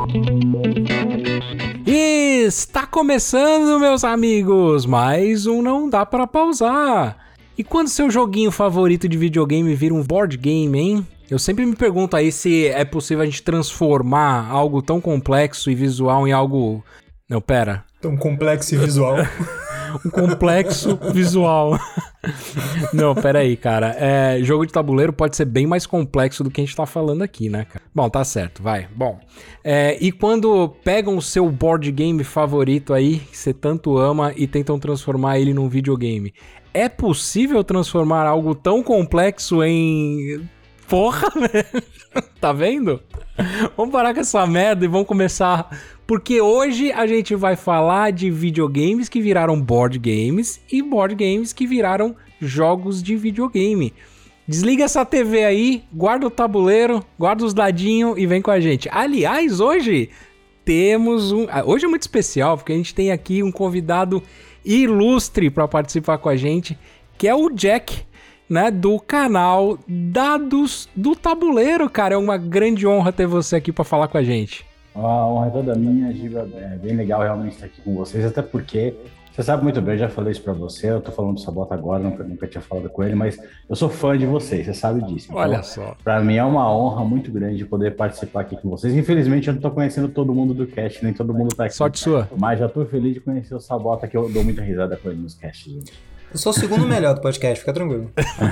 Está começando, meus amigos, mais um Não Dá Pra Pausar. E quando seu joguinho favorito de videogame vira um board game, hein? Eu sempre me pergunto aí se é possível a gente transformar algo tão complexo e visual em algo... Não, pera. Tão complexo e visual. Um complexo visual. Não, pera aí, cara. Jogo de tabuleiro pode ser bem mais complexo do que a gente tá falando aqui, né, cara? Bom, tá certo, vai. Bom, e quando pegam o seu board game favorito aí, que você tanto ama, e tentam transformar ele num videogame, é possível transformar algo tão complexo em... Porra, velho. Tá vendo? Vamos parar com essa merda e vamos começar... Porque hoje a gente vai falar de videogames que viraram board games e board games que viraram jogos de videogame. Desliga essa TV aí, guarda o tabuleiro, guarda os dadinhos e vem com a gente. Aliás, hoje temos Hoje é muito especial porque a gente tem aqui um convidado ilustre para participar com a gente, que é o Jack, né, do canal Dados do Tabuleiro, cara. É uma grande honra ter você aqui para falar com a gente. A honra é toda minha, Giba. É bem legal realmente estar aqui com vocês, até porque você sabe muito bem, eu já falei isso pra você, eu tô falando do Sabota agora, nunca tinha falado com ele, mas eu sou fã de vocês, você sabe disso. Então, olha só. Pra mim é uma honra muito grande poder participar aqui com vocês. Infelizmente eu não tô conhecendo todo mundo do cast, nem todo mundo tá aqui. Sorte sua. Mas já tô feliz de conhecer o Sabota, que eu dou muita risada com ele nos casts, gente. Eu sou o segundo melhor do podcast, fica tranquilo.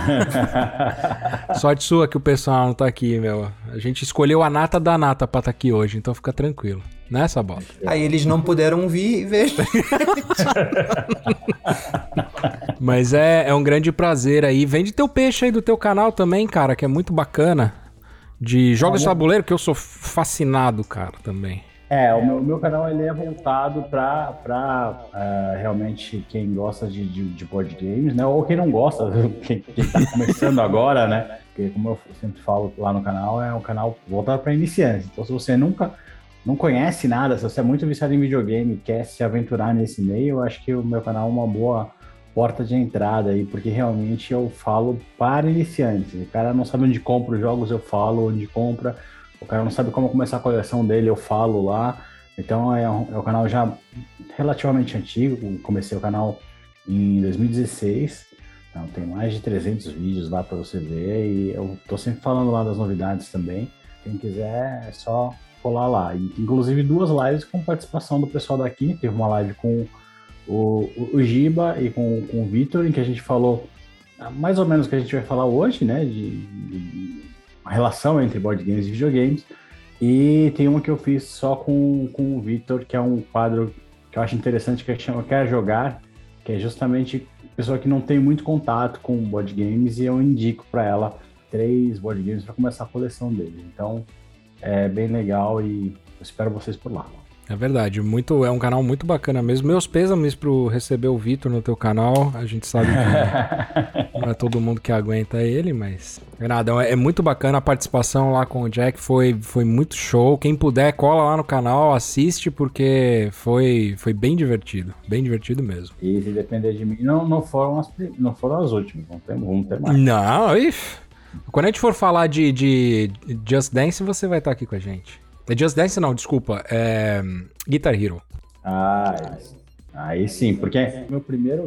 Sorte sua que o pessoal não tá aqui, meu. A gente escolheu a nata da nata pra estar aqui hoje, então fica tranquilo. Né, Sabota? Aí eles não puderam vir e ver. Mas é um grande prazer aí. Vende teu peixe aí do teu canal também, cara, que é muito bacana. De jogos de tabuleiro, que eu sou fascinado, cara, também. O meu canal ele é voltado para realmente quem gosta de board games, né? Ou quem não gosta, quem tá começando agora, né? Porque como eu sempre falo lá no canal, é um canal voltado para iniciantes. Então se você não conhece nada, se você é muito viciado em videogame e quer se aventurar nesse meio, eu acho que o meu canal é uma boa porta de entrada aí, porque realmente eu falo para iniciantes. O cara não sabe onde compra os jogos, eu falo onde compra. O cara não sabe como começar a coleção dele, eu falo lá. Então é um canal já relativamente antigo. Comecei o canal em 2016. Então tem mais de 300 vídeos lá para você ver. E eu tô sempre falando lá das novidades também. Quem quiser é só colar lá. E, inclusive 2 lives com participação do pessoal daqui. Teve uma live com o Giba e com o Vitor, em que a gente falou mais ou menos o que a gente vai falar hoje, né? A relação entre board games e videogames. E tem uma que eu fiz só com o Vitor, que é um quadro que eu acho interessante, que chama Quer Jogar, que é justamente pessoa que não tem muito contato com board games, e eu indico para ela 3 board games para começar a coleção dele. Então é bem legal e eu espero vocês por lá. É verdade, é um canal muito bacana mesmo. Meus pêsames pro receber o Vitor no teu canal. A gente sabe que não é todo mundo que aguenta ele, mas... É nada, é muito bacana a participação lá com o Jack, foi muito show. Quem puder, cola lá no canal, assiste, porque foi bem divertido mesmo. E se depender de mim, não foram as últimas, vamos ter mais. Não, quando a gente for falar de Just Dance, você vai estar aqui com a gente. Just Dance não, desculpa, Guitar Hero. Aí sim, porque meu primeiro,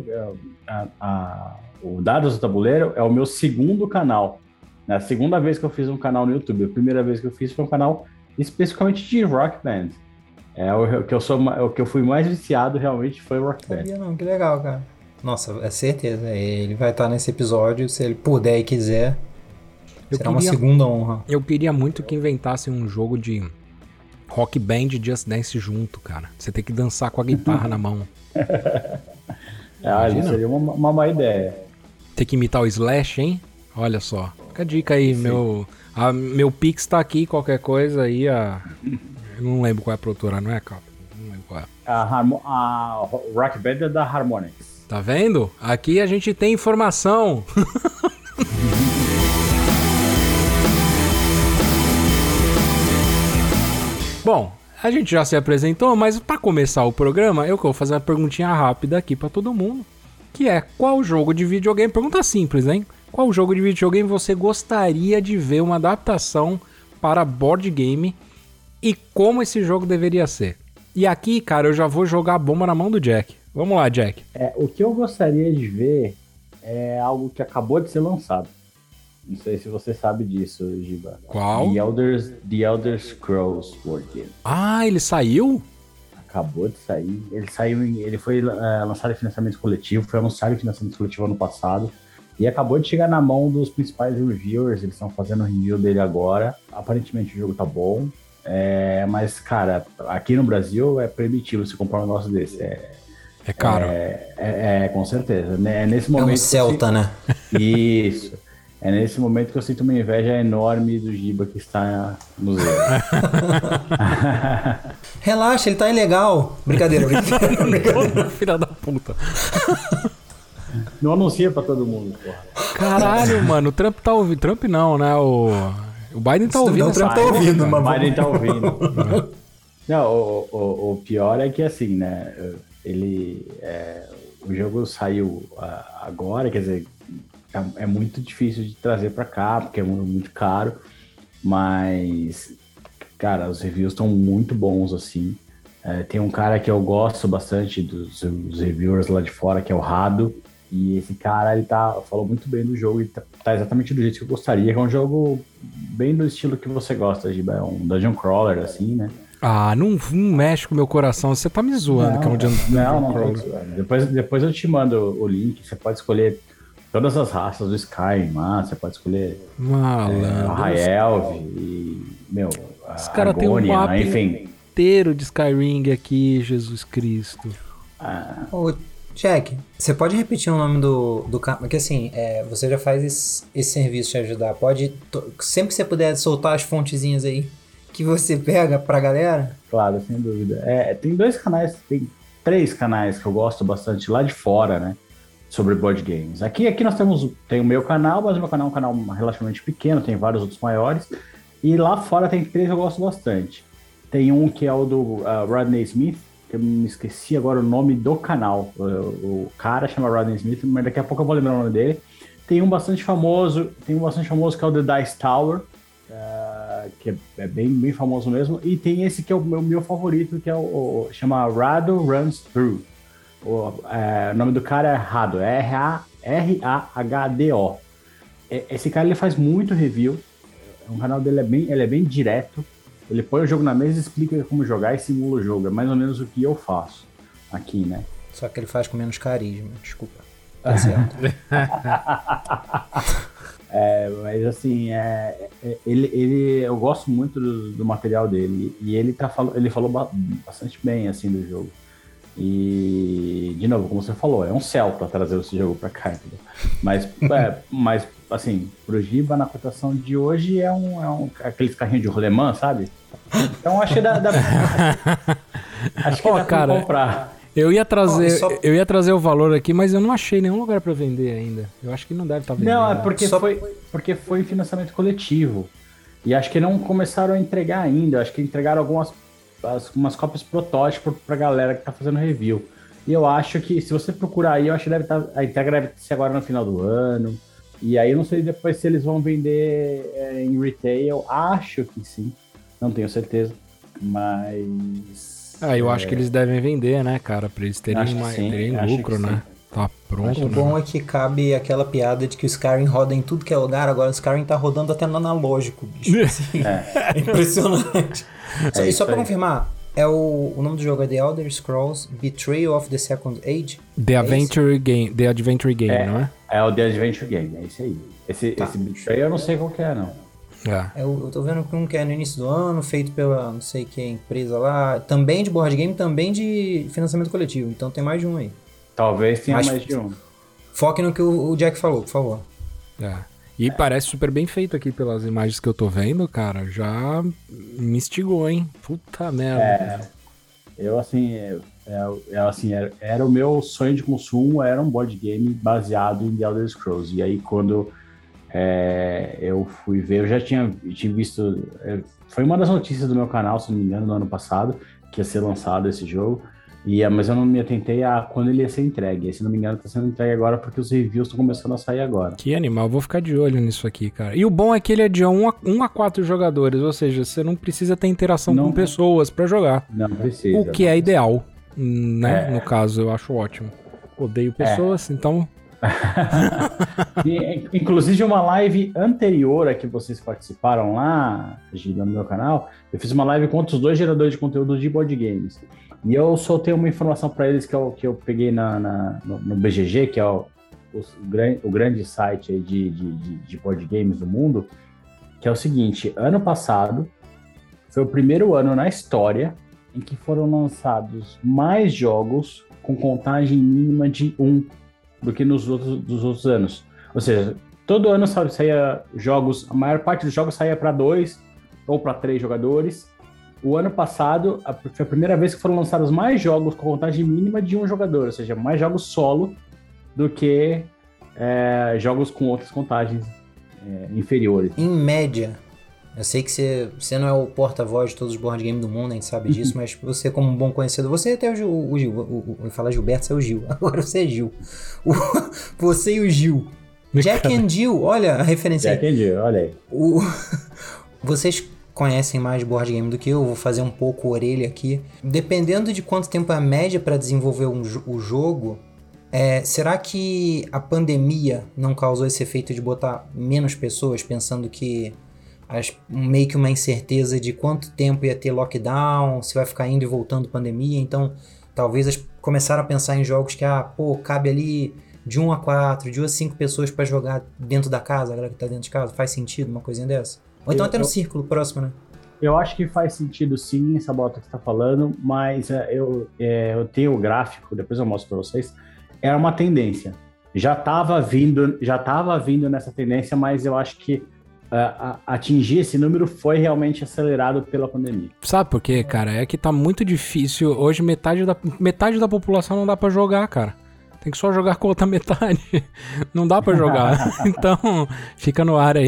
o Dados do Tabuleiro é o meu segundo canal. É a segunda vez que eu fiz um canal no YouTube. A primeira vez que eu fiz foi um canal especificamente de Rock Band. O que eu fui mais viciado realmente foi Rock Band. Não, que legal, cara. Nossa, é certeza, ele vai estar nesse episódio, se ele puder e quiser. Será uma segunda honra. Eu queria muito que inventassem um jogo de Rock Band e Just Dance junto, cara. Você tem que dançar com a guitarra na mão. Seria uma má ideia. Tem que imitar o Slash, hein? Olha só. Fica a dica aí, meu Pix tá aqui, qualquer coisa aí. Eu não lembro qual é a produtora, não é, Cap? Não lembro qual é. A Rock Band é da Harmonix. Tá vendo? Aqui a gente tem informação. Bom, a gente já se apresentou, mas para começar o programa, eu vou fazer uma perguntinha rápida aqui para todo mundo, que é, qual jogo de videogame, pergunta simples, hein? Qual jogo de videogame você gostaria de ver uma adaptação para board game e como esse jogo deveria ser. E aqui, cara, eu já vou jogar a bomba na mão do Jack. Vamos lá, Jack. O que eu gostaria de ver é algo que acabou de ser lançado. Não sei se você sabe disso, Giba. Qual? The Elder Scrolls Board Game. Ah, ele saiu? Acabou de sair. Ele foi lançado em financiamento coletivo, foi anunciado em financiamento coletivo ano passado. E acabou de chegar na mão dos principais reviewers, eles estão fazendo o review dele agora. Aparentemente o jogo tá bom. Mas, cara, aqui no Brasil é proibitivo você comprar um negócio desse. É caro. Com certeza. Nesse momento. É um Celta, né? Isso. É nesse momento que eu sinto uma inveja enorme do Giba que está no zero. Relaxa, ele tá ilegal. Brincadeira. Filha da puta. Não anuncia pra todo mundo, porra. Caralho, mano, o Trump tá ouvindo. Trump não, né? O Biden tá ouvindo. O Trump tá ouvindo, mas... O Biden tá ouvindo. Não, o pior é que assim, né? O jogo saiu agora, quer dizer, é muito difícil de trazer pra cá, porque é muito caro. Mas, cara, os reviews estão muito bons, assim. Tem um cara que eu gosto bastante dos reviewers lá de fora, que é o Rado. E esse cara, ele falou muito bem do jogo e tá exatamente do jeito que eu gostaria, que é um jogo bem do estilo que você gosta, Giba. É um dungeon crawler, assim, né? Ah, não mexe com o meu coração. Você tá me zoando que é um dungeon crawler. Depois eu te mando o link. Você pode escolher todas as raças do Skyrim lá. Você pode escolher a High Elf e, os caras têm um mapa inteiro de Skyrim aqui, Jesus Cristo. Ô, Jack, você pode repetir o nome do cara? Porque assim, você já faz esse serviço de ajudar. Sempre que você puder soltar as fontezinhas aí que você pega pra galera? Claro, sem dúvida. Tem três canais que eu gosto bastante lá de fora, né? Sobre board games. Aqui nós tem o meu canal, mas o meu canal é um canal relativamente pequeno, tem vários outros maiores. E lá fora tem três que eu gosto bastante. Tem um que é o do Rodney Smith, que eu me esqueci agora o nome do canal. O cara chama Rodney Smith, mas daqui a pouco eu vou lembrar o nome dele. Tem um bastante famoso que é o The Dice Tower, que é bem famoso mesmo. E tem esse que é o meu favorito, que chama Rado Runs Through. O nome do cara é Rado, R-A-R-A-H-D-O. Esse cara ele faz muito review. O canal dele é bem direto. Ele põe o jogo na mesa, explica como jogar e simula o jogo. É mais ou menos o que eu faço aqui, né? Só que ele faz com menos carisma, desculpa. Tá certo. Mas assim, eu gosto muito do material dele. E ele falou bastante bem assim do jogo. E, de novo, como você falou, é um Celta trazer esse jogo pra cá, entendeu? Mas assim, pro Giba, na cotação de hoje, aqueles carrinhos de rolemã, sabe? Então acho que dá pra comprar. Eu ia trazer o valor aqui, mas eu não achei nenhum lugar pra vender ainda. Eu acho que não deve estar vendendo. Não, porque foi financiamento coletivo. E acho que não começaram a entregar ainda. Acho que entregaram umas cópias protótipo pra galera que tá fazendo review. E eu acho que, se você procurar aí, eu acho que a entrega deve ser agora no final do ano. E aí eu não sei depois se eles vão vender em retail. Acho que sim. Não tenho certeza. Mas... eu acho que eles devem vender, né, cara? Pra eles terem lucro, né? Sim. Tá pronto. O bom é que cabe aquela piada de que o Skyrim roda em tudo que é lugar. Agora o Skyrim tá rodando até no analógico, bicho. Assim, é impressionante. E só pra confirmar, o nome do jogo é The Elder Scrolls Betrayal of the Second Age? The Adventure Game, não é? É o The Adventure Game, é isso aí. Esse Betrayal eu não sei qual que é, não. Eu tô vendo que um que é no início do ano, feito pela não sei que empresa lá, também de board game, também de financiamento coletivo. Então tem mais de um aí. Talvez tenha mais de um. Foque no que o Jack falou, por favor. E parece super bem feito aqui pelas imagens que eu tô vendo, cara. Já me instigou, hein? Puta merda. Era o meu sonho de consumo, era um board game baseado em The Elder Scrolls. E aí quando eu fui ver, eu já tinha visto... foi uma das notícias do meu canal, se não me engano, no ano passado, que ia ser lançado esse jogo. Mas eu não me atentei a quando ele ia ser entregue. Se não me engano, tá sendo entregue agora porque os reviews estão começando a sair agora. Que animal, vou ficar de olho nisso aqui, cara. E o bom é que ele é de 1 a 4 jogadores, ou seja, você não precisa ter interação com pessoas pra jogar. Não precisa. O que é ideal, né? No caso, eu acho ótimo. Odeio pessoas, então... Inclusive uma live anterior a que vocês participaram lá, no meu canal, eu fiz uma live com outros 2 geradores de conteúdo de board games. E eu soltei uma informação para eles que eu peguei no BGG, que é o grande site aí de board games do mundo, que é o seguinte: ano passado foi o primeiro ano na história em que foram lançados mais jogos com contagem mínima de 1 do que dos outros anos. Ou seja, todo ano saía jogos, a maior parte dos jogos saía para 2 ou para 3 jogadores. O ano passado, foi a primeira vez que foram lançados mais jogos com contagem mínima de 1 jogador, ou seja, mais jogos solo do que jogos com outras contagens inferiores. Em média, eu sei que você não é o porta-voz de todos os board games do mundo, a gente sabe disso, mas você, como um bom conhecedor, você até o Gil, eu falo Gilberto, você é o Gil, agora você é Gil. Você e o Gil. Jack and Jill, olha a referência aí. Jack and Jill, olha aí. Vocês conhecem mais board game do que eu, vou fazer um pouco orelha aqui. Dependendo de quanto tempo é a média para desenvolver o jogo, será que a pandemia não causou esse efeito de botar menos pessoas, pensando que meio que uma incerteza de quanto tempo ia ter lockdown, se vai ficar indo e voltando pandemia, então talvez começaram a pensar em jogos que, cabe ali de 1 a 4, de 1 a 5 pessoas para jogar dentro da casa, a galera que tá dentro de casa, faz sentido uma coisinha dessa? Ou então até no círculo próximo, né? Eu acho que faz sentido sim, essa bota que você tá falando, mas eu tenho o gráfico, depois eu mostro para vocês, era uma tendência. Já tava vindo nessa tendência, mas eu acho que atingir esse número foi realmente acelerado pela pandemia. Sabe por quê, cara? É que tá muito difícil. Hoje metade da população não dá pra jogar, cara. Tem que só jogar com a outra metade. Não dá pra jogar. Então, fica no ar aí.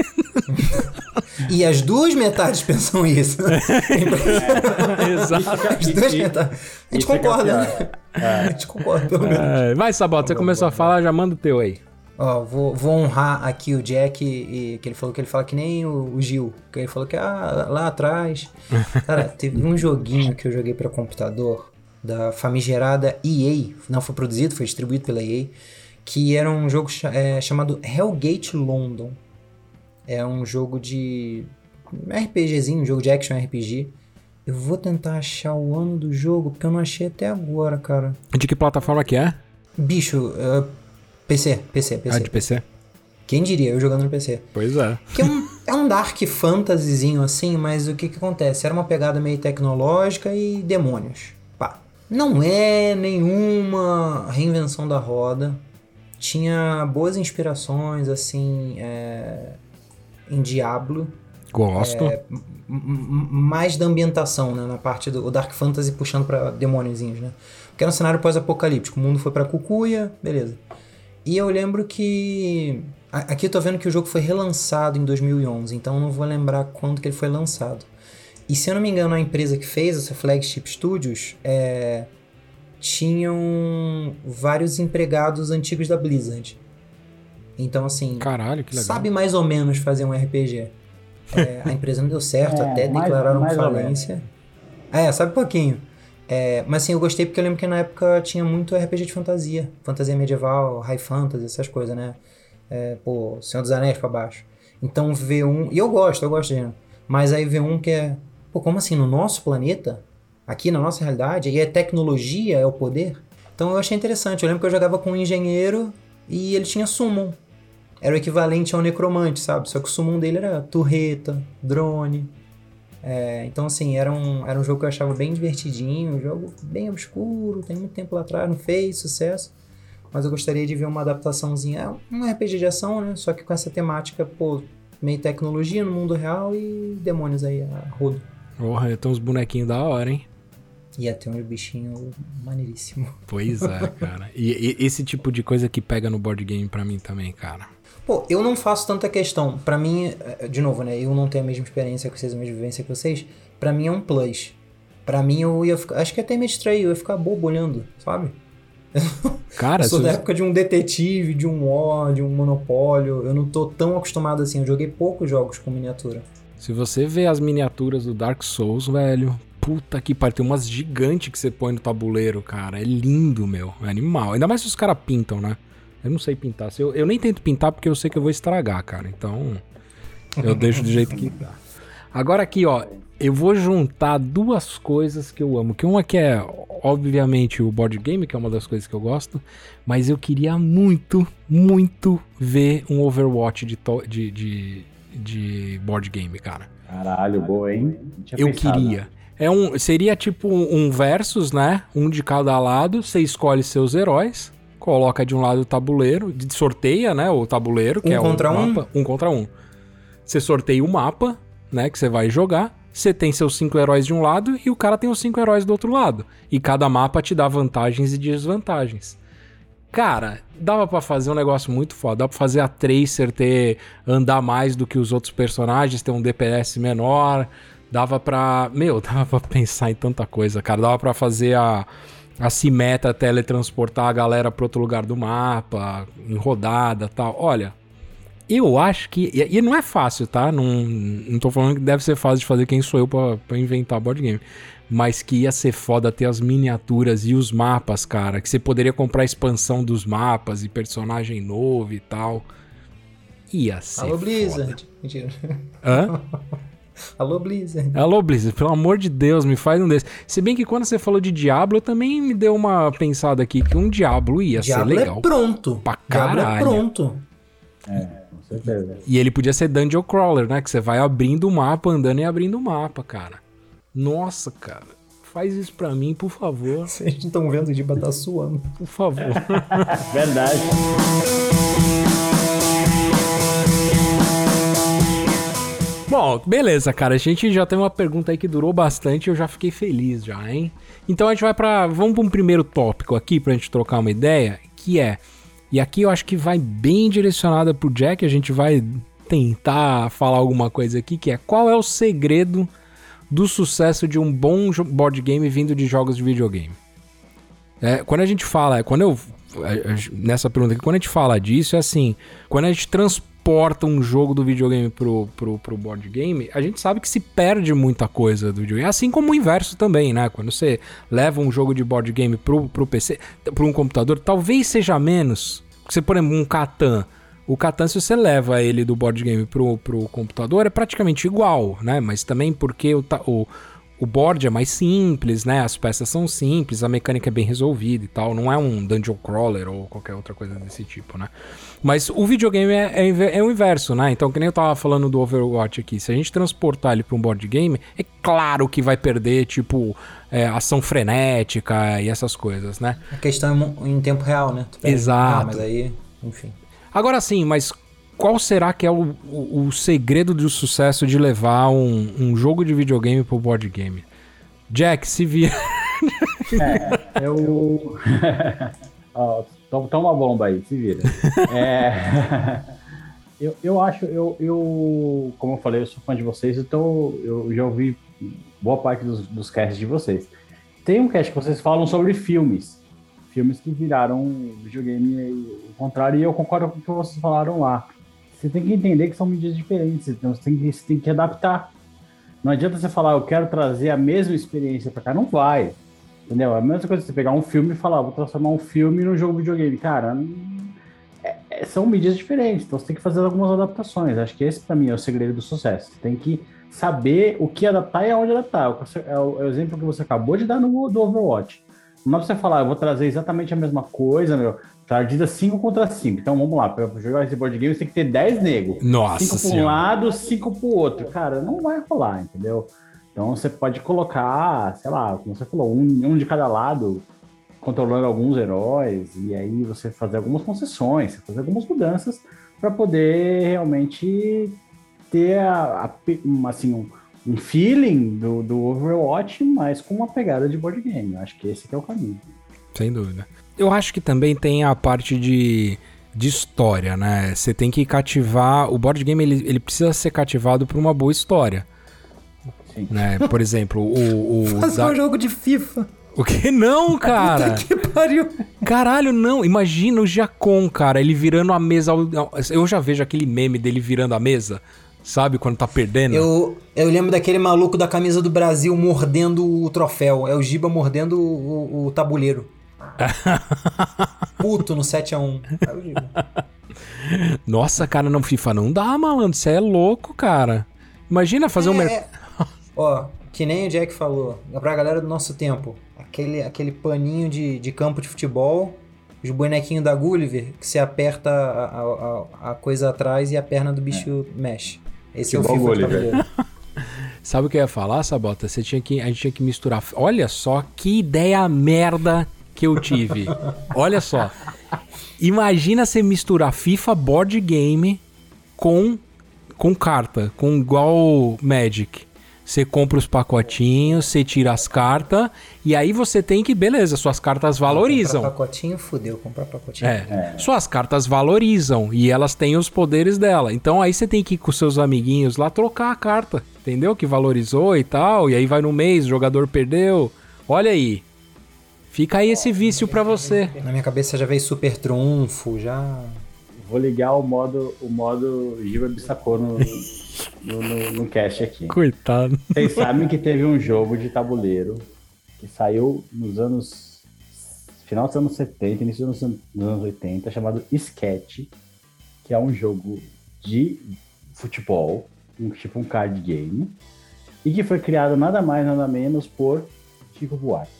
E as 2 metades pensam isso. Exato. As 2 metades. A gente concorda, né? A gente concorda, pelo menos. Vai, Sabota, você começou a falar, já manda o teu aí. Ó, vou honrar aqui o Jack, que ele falou que ele fala que nem o Gil, que ele falou que lá atrás. Cara, teve um joguinho que eu joguei para computador da famigerada EA, não foi produzido, foi distribuído pela EA, que era um jogo chamado Hellgate London. É um jogo de RPGzinho, um jogo de action RPG. Eu vou tentar achar o ano do jogo, porque eu não achei até agora, cara. De que plataforma que é? Bicho, PC. Ah, de PC? Quem diria, eu jogando no PC. Pois é. Que é um dark fantasyzinho assim, mas o que acontece? Era uma pegada meio tecnológica e demônios. Pá. Não é nenhuma reinvenção da roda. Tinha boas inspirações, assim, em Diablo. Gosto. Mais da ambientação, né? Na parte do Dark Fantasy puxando pra demôniozinhos, né? Porque era um cenário pós-apocalíptico. O mundo foi pra Cucuia, beleza. E eu lembro que... Aqui eu tô vendo que o jogo foi relançado em 2011, então eu não vou lembrar quando que ele foi lançado. E se eu não me engano, a empresa que fez essa Flagship Studios tinham vários empregados antigos da Blizzard. Então, assim... Caralho, que legal. Sabe mais ou menos fazer um RPG. A empresa não deu certo, até declararam falência. Sabe pouquinho. Mas assim, eu gostei porque eu lembro que na época tinha muito RPG de fantasia. Fantasia medieval, high fantasy, essas coisas, né? Senhor dos Anéis pra baixo. Então V1... E eu gosto de gênero. Mas aí V1 que é... como assim? No nosso planeta? Aqui na nossa realidade? E tecnologia, é o poder? Então eu achei interessante. Eu lembro que eu jogava com um engenheiro e ele tinha summon. Era o equivalente ao necromante, sabe? Só que o summon dele era torreta, drone... então assim, era um jogo que eu achava bem divertidinho, um jogo bem obscuro, tem muito tempo lá atrás, não fez sucesso, mas eu gostaria de ver uma adaptaçãozinha, um RPG de ação, né, só que com essa temática, meio tecnologia no mundo real e demônios aí, a rodo. Porra, tem uns bonequinhos da hora, hein? Ia ter um bichinho maneiríssimo. Pois é, cara. E esse tipo de coisa que pega no board game pra mim também, cara. Eu não faço tanta questão. Pra mim, de novo, né? Eu não tenho a mesma experiência que vocês, a mesma vivência que vocês. Pra mim é um plus. Pra mim, eu ia ficar... Acho que até me distraí, eu ia ficar bobo olhando, sabe? Cara, eu sou da época de um detetive, de um War, de um Monopólio. Eu não tô tão acostumado assim. Eu joguei poucos jogos com miniatura. Se você vê as miniaturas do Dark Souls, velho... Puta que pariu, tem umas gigantes que você põe no tabuleiro, cara. É lindo, meu. É animal. Ainda mais se os caras pintam, né? Eu não sei pintar. Eu nem tento pintar porque eu sei que eu vou estragar, cara. Então, eu deixo do jeito que tá. Agora aqui, ó. Eu vou juntar duas coisas que eu amo. Que uma que é, obviamente, o board game, que é uma das coisas que eu gosto. Mas eu queria muito, muito ver um Overwatch de board game, cara. Caralho, boa, hein? Eu queria. Seria tipo um versus, né? Um de cada lado. Você escolhe seus heróis. Coloca de um lado o tabuleiro. Sorteia, né? O tabuleiro, que é o mapa. Um contra um. Você sorteia o mapa, né? Que você vai jogar. Você tem seus 5 heróis de um lado e o cara tem os 5 heróis do outro lado. E cada mapa te dá vantagens e desvantagens. Cara, dava pra fazer um negócio muito foda. Dá pra fazer a Tracer andar mais do que os outros personagens, ter um DPS menor. Dava pra pensar em tanta coisa, cara. Dava pra fazer a Symmetra teletransportar a galera pra outro lugar do mapa, em rodada e tal. Olha, eu acho que... E não é fácil, tá? Não tô falando que deve ser fácil de fazer, quem sou eu pra inventar board game. Mas que ia ser foda ter as miniaturas e os mapas, cara. Que você poderia comprar a expansão dos mapas e personagem novo e tal. Ia ser Alô, foda. Blizzard. Mentira. Hã? Alô, Blizzard. Alô, Blizzard, pelo amor de Deus, me faz um desses. Se bem que quando você falou de Diablo, também me deu uma pensada aqui que um Diablo ia ser legal. Diablo é pronto. Pra caralho. Diablo é pronto. Com certeza. E ele podia ser Dungeon Crawler, né? Que você vai abrindo o mapa, andando e abrindo o mapa, cara. Nossa, cara. Faz isso pra mim, por favor. Vocês não estão vendo, o Diba tá suando. Por favor. Verdade. Bom, beleza, cara. A gente já tem uma pergunta aí que durou bastante e eu já fiquei feliz já, hein? Então a gente vamos pra um primeiro tópico aqui pra gente trocar uma ideia, que é... E aqui eu acho que vai bem direcionada pro Jack, a gente vai tentar falar alguma coisa aqui, que é qual é o segredo do sucesso de um bom board game vindo de jogos de videogame? Quando a gente fala... Nessa pergunta aqui, quando a gente fala disso, é assim... Quando a gente transporta um jogo do videogame pro board game, a gente sabe que se perde muita coisa do videogame. Assim como o inverso também, né? Quando você leva um jogo de board game pro PC, pro um computador, talvez seja menos. Você, por exemplo, um Catan. O Catan, se você leva ele do board game pro computador, é praticamente igual, né? Mas também porque o board é mais simples, né? As peças são simples, a mecânica é bem resolvida e tal. Não é um dungeon crawler ou qualquer outra coisa desse tipo, né? Mas o videogame é o inverso, né? Então, que nem eu tava falando do Overwatch aqui. Se a gente transportar ele pra um board game, é claro que vai perder, tipo, ação frenética e essas coisas, né? A questão é em tempo real, né? Exato. Mas aí, enfim. Agora sim, mas qual será que é o segredo do sucesso de levar um jogo de videogame pro board game? Jack, se vira. Toma uma bomba aí, se vira. Eu acho, como eu falei, eu sou fã de vocês, então eu já ouvi boa parte dos casts de vocês. Tem um cast que vocês falam sobre filmes que viraram videogame, o contrário, e eu concordo com o que vocês falaram lá. Você tem que entender que são mídias diferentes, então você tem que adaptar. Não adianta você falar, eu quero trazer a mesma experiência pra cá, não vai. Entendeu? É a mesma coisa que você pegar um filme e falar, vou transformar um filme num jogo videogame. Cara, são mídias diferentes, então você tem que fazer algumas adaptações. Acho que esse, pra mim, é o segredo do sucesso. Você tem que saber o que adaptar e aonde adaptar. É o exemplo que você acabou de dar do Overwatch. Não dá pra você falar, eu vou trazer exatamente a mesma coisa, meu. Partida 5 contra 5. Então vamos lá, pra jogar esse board game você tem que ter 10 negros. Nossa 5 pra um lado, 5 pro outro. Cara, não vai rolar, entendeu? Então você pode colocar, sei lá, como você falou, um de cada lado, controlando alguns heróis, e aí você fazer algumas concessões, fazer algumas mudanças para poder realmente ter um feeling do Overwatch, mas com uma pegada de board game. Eu acho que esse que é o caminho. Sem dúvida. Eu acho que também tem a parte de história, né? Você tem que cativar... O board game, ele precisa ser cativado por uma boa história. Né? Por exemplo, Fazer um jogo de FIFA. O que? Não, cara! Puta que pariu! Caralho, não. Imagina o Jacon, cara, ele virando a mesa. Eu já vejo aquele meme dele virando a mesa, sabe? Quando tá perdendo. Eu lembro daquele maluco da camisa do Brasil mordendo o troféu. É o Giba mordendo o tabuleiro. Puto no 7-1. É o Giba. Nossa, cara, não, FIFA não dá, malandro. Você é louco, cara. Imagina fazer um mercado. Ó, que nem o Jack falou, pra galera do nosso tempo. Aquele paninho de campo de futebol, os bonequinhos da Gulliver, que você aperta a coisa atrás e a perna do bicho mexe. Esse é o FIFA Gulliver. Sabe o que eu ia falar, Sabota? A gente tinha que misturar. Olha só que ideia merda que eu tive. Olha só. Imagina você misturar FIFA board game com carta, com igual Magic. Você compra os pacotinhos, você tira as cartas, e aí você tem que... Beleza, suas cartas valorizam. Comprar pacotinho, fudeu. Comprar pacotinho. Suas cartas valorizam, e elas têm os poderes dela. Então aí você tem que ir com seus amiguinhos lá trocar a carta, entendeu? Que valorizou e tal, e aí vai no mês, o jogador perdeu. Olha aí. Fica aí esse vício pra você. Na minha cabeça já veio Super Trunfo, já... Vou ligar o modo Giba Bissacô no cast aqui. Coitado. Vocês sabem que teve um jogo de tabuleiro que saiu nos anos... Final dos anos 70, início dos anos 80, chamado Sketch, que é um jogo de futebol, tipo um card game, e que foi criado nada mais, nada menos por Chico Buarque.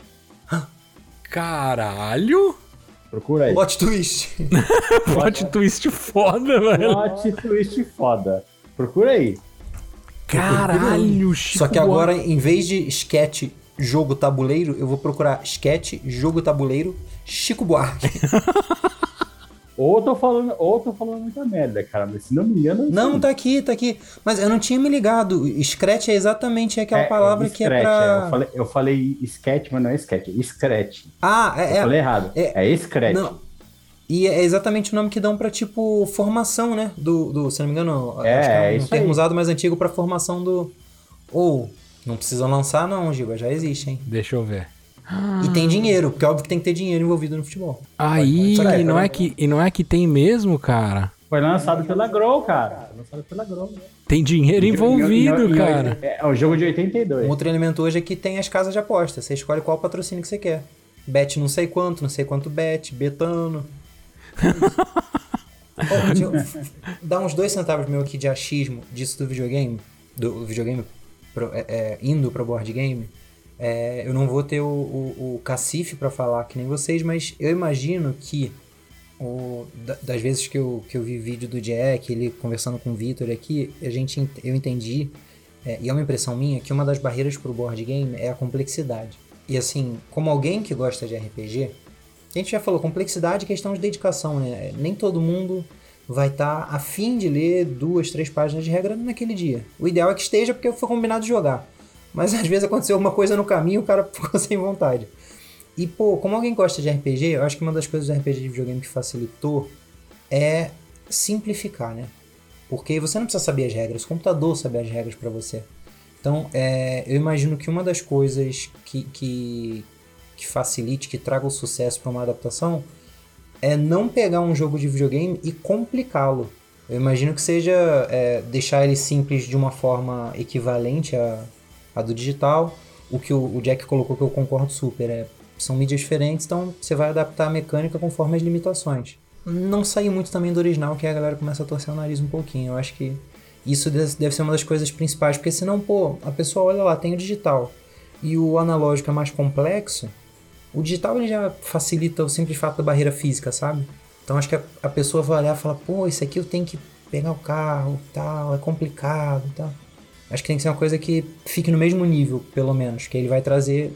Caralho! Procura aí. Plot twist. Plot twist foda, velho. Plot twist foda. Procura aí. Caralho, Chico. Só que agora, em vez de sketch jogo tabuleiro, eu vou procurar sketch jogo tabuleiro Chico Buarque. Ou tô falando muita merda, cara. Mas se não me engano... Não, tá aqui. Mas eu não tinha me ligado. Scratch é exatamente aquela palavra que é pra... Eu falei sketch, mas não é sketch. É scratch. Eu falei errado. É scratch. Não. E é exatamente o nome que dão pra, tipo, formação, né? Se não me engano, acho que é um termo usado mais antigo pra formação do... Ou, não precisa lançar não, Giba, já existe, hein? Deixa eu ver. E tem dinheiro, porque é óbvio que tem que ter dinheiro envolvido no futebol. Aí, e não é que tem mesmo, cara? Foi lançado pela Grow, cara. Tem dinheiro envolvido, cara. É o jogo de 82. Um outro elemento hoje é que tem as casas de aposta. Você escolhe qual patrocínio que você quer. Bet não sei quanto bet, betano. Dá uns 2 centavos meu aqui de achismo disso do videogame. Indo pra board game. Eu não vou ter o cacife pra falar que nem vocês, mas eu imagino que das vezes que eu vi vídeo do Jack, ele conversando com o Vitor aqui, eu entendi, e é uma impressão minha, que uma das barreiras pro board game é a complexidade. E assim, como alguém que gosta de RPG, a gente já falou, complexidade é questão de dedicação, né? Nem todo mundo vai estar a fim de ler 2, 3 páginas de regra naquele dia. O ideal é que esteja porque foi combinado de jogar. Mas às vezes aconteceu alguma coisa no caminho e o cara ficou sem vontade. E, como alguém gosta de RPG, eu acho que uma das coisas do RPG de videogame que facilitou é simplificar, né? Porque você não precisa saber as regras, o computador sabe as regras pra você. Então, eu imagino que uma das coisas que facilite, que traga o sucesso para uma adaptação, é não pegar um jogo de videogame e complicá-lo. Eu imagino que seja deixar ele simples de uma forma equivalente a do digital. O que o Jack colocou, que eu concordo super, são mídias diferentes, então você vai adaptar a mecânica conforme as limitações. Não sair muito também do original, que a galera começa a torcer o nariz um pouquinho. Eu acho que isso deve ser uma das coisas principais, porque senão, a pessoa olha lá, tem o digital e o analógico é mais complexo. O digital ele já facilita o simples fato da barreira física, sabe? Então acho que a pessoa vai olhar e falar, isso aqui eu tenho que pegar o carro, tal, é complicado, tal. Acho que tem que ser uma coisa que fique no mesmo nível, pelo menos, que ele vai trazer...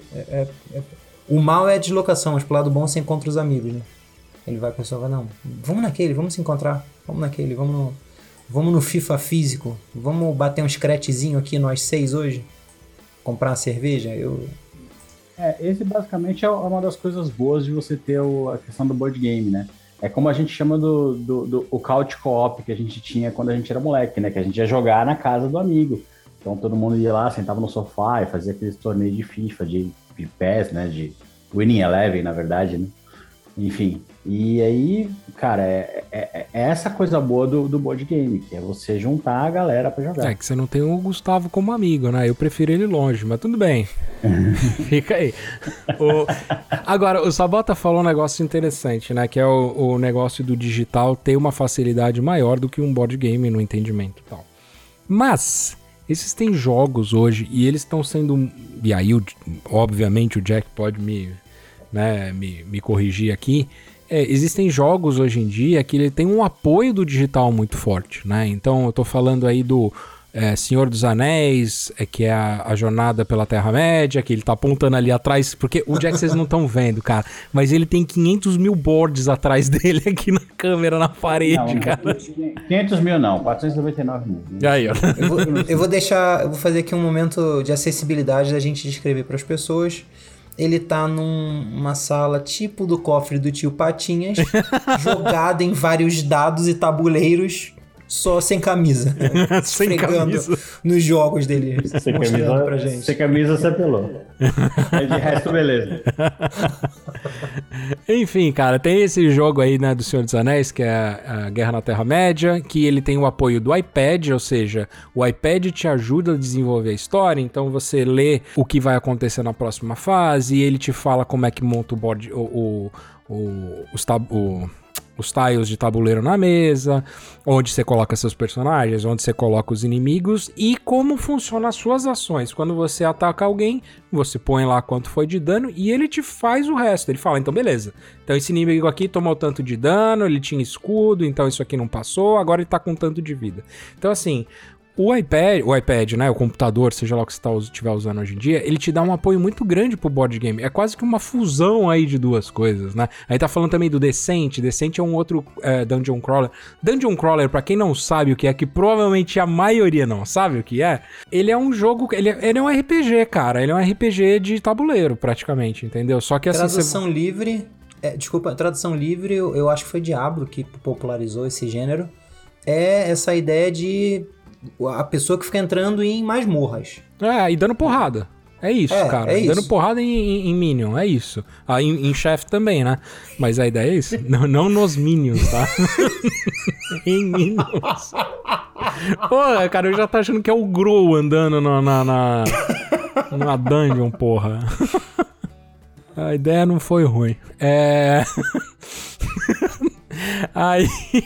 O mal é a deslocação, mas pro lado bom você encontra os amigos, né? A pessoa vai, não, vamos naquele, vamos se encontrar, vamos naquele, vamos no FIFA físico, vamos bater um scratchzinho aqui, nós 6 hoje, comprar uma cerveja, Esse basicamente é uma das coisas boas de você ter a questão do board game, né? É como a gente chama o couch co-op que a gente tinha quando a gente era moleque, né? Que a gente ia jogar na casa do amigo. Então todo mundo ia lá, sentava no sofá e fazia aqueles torneios de FIFA, de PES, né? De Winning Eleven, na verdade, né? Enfim, e aí, cara, é essa coisa boa do board game, que é você juntar a galera pra jogar. É que você não tem o Gustavo como amigo, né? Eu prefiro ele longe, mas tudo bem. Fica aí. Agora, o Sabota falou um negócio interessante, né? Que é o negócio do digital ter uma facilidade maior do que um board game no entendimento e tal. Mas existem jogos hoje e eles estão sendo... E aí, obviamente, o Jack pode me corrigir aqui. Existem jogos hoje em dia que ele tem um apoio do digital muito forte, né? Então eu tô falando aí do Senhor dos Anéis, que é a jornada pela Terra-média, que ele tá apontando ali atrás, porque o Jack vocês não estão vendo, cara, mas ele tem 500 mil boards atrás dele aqui na câmera, na parede, não, cara. 500 mil não, 499 mil. Aí, ó. Eu vou fazer aqui um momento de acessibilidade da gente descrever para as pessoas. Ele tá numa sala tipo do cofre do tio Patinhas, jogado em vários dados e tabuleiros, só sem camisa. Sem camisa. Nos jogos dele. Sem camisa, pra gente. Sem camisa você apelou. Mas de resto, beleza. Enfim, cara, tem esse jogo aí, né, do Senhor dos Anéis, que é a Guerra na Terra-média, que ele tem o apoio do iPad, ou seja, o iPad te ajuda a desenvolver a história, então você lê o que vai acontecer na próxima fase, e ele te fala como é que monta o board, os tiles de tabuleiro na mesa, onde você coloca seus personagens, onde você coloca os inimigos e como funcionam as suas ações. Quando você ataca alguém, você põe lá quanto foi de dano e ele te faz o resto. Ele fala, então beleza, então esse inimigo aqui tomou tanto de dano, ele tinha escudo, então isso aqui não passou, agora ele tá com tanto de vida. Então assim... O iPad, né, o computador, seja lá o que você estiver usando hoje em dia, ele te dá um apoio muito grande pro board game. É quase que uma fusão aí de duas coisas, né? Aí tá falando também do Descent. Descent é um outro Dungeon Crawler. Dungeon Crawler, pra quem não sabe o que é, que provavelmente a maioria não sabe o que é, ele é um jogo... Ele é um RPG, cara. Ele é um RPG de tabuleiro, praticamente, entendeu? Só que assim... Tradução livre... tradução livre, eu acho que foi Diablo que popularizou esse gênero. É essa ideia de... a pessoa que fica entrando em masmorras. E dando porrada. É isso, cara. É isso. Dando porrada em Minion, é isso. Em chefe também, né? Mas a ideia é isso. Não nos Minions, tá? Em Minions. Porra, cara, eu já tô achando que é o Grow andando numa dungeon, porra. A ideia não foi ruim. Aí...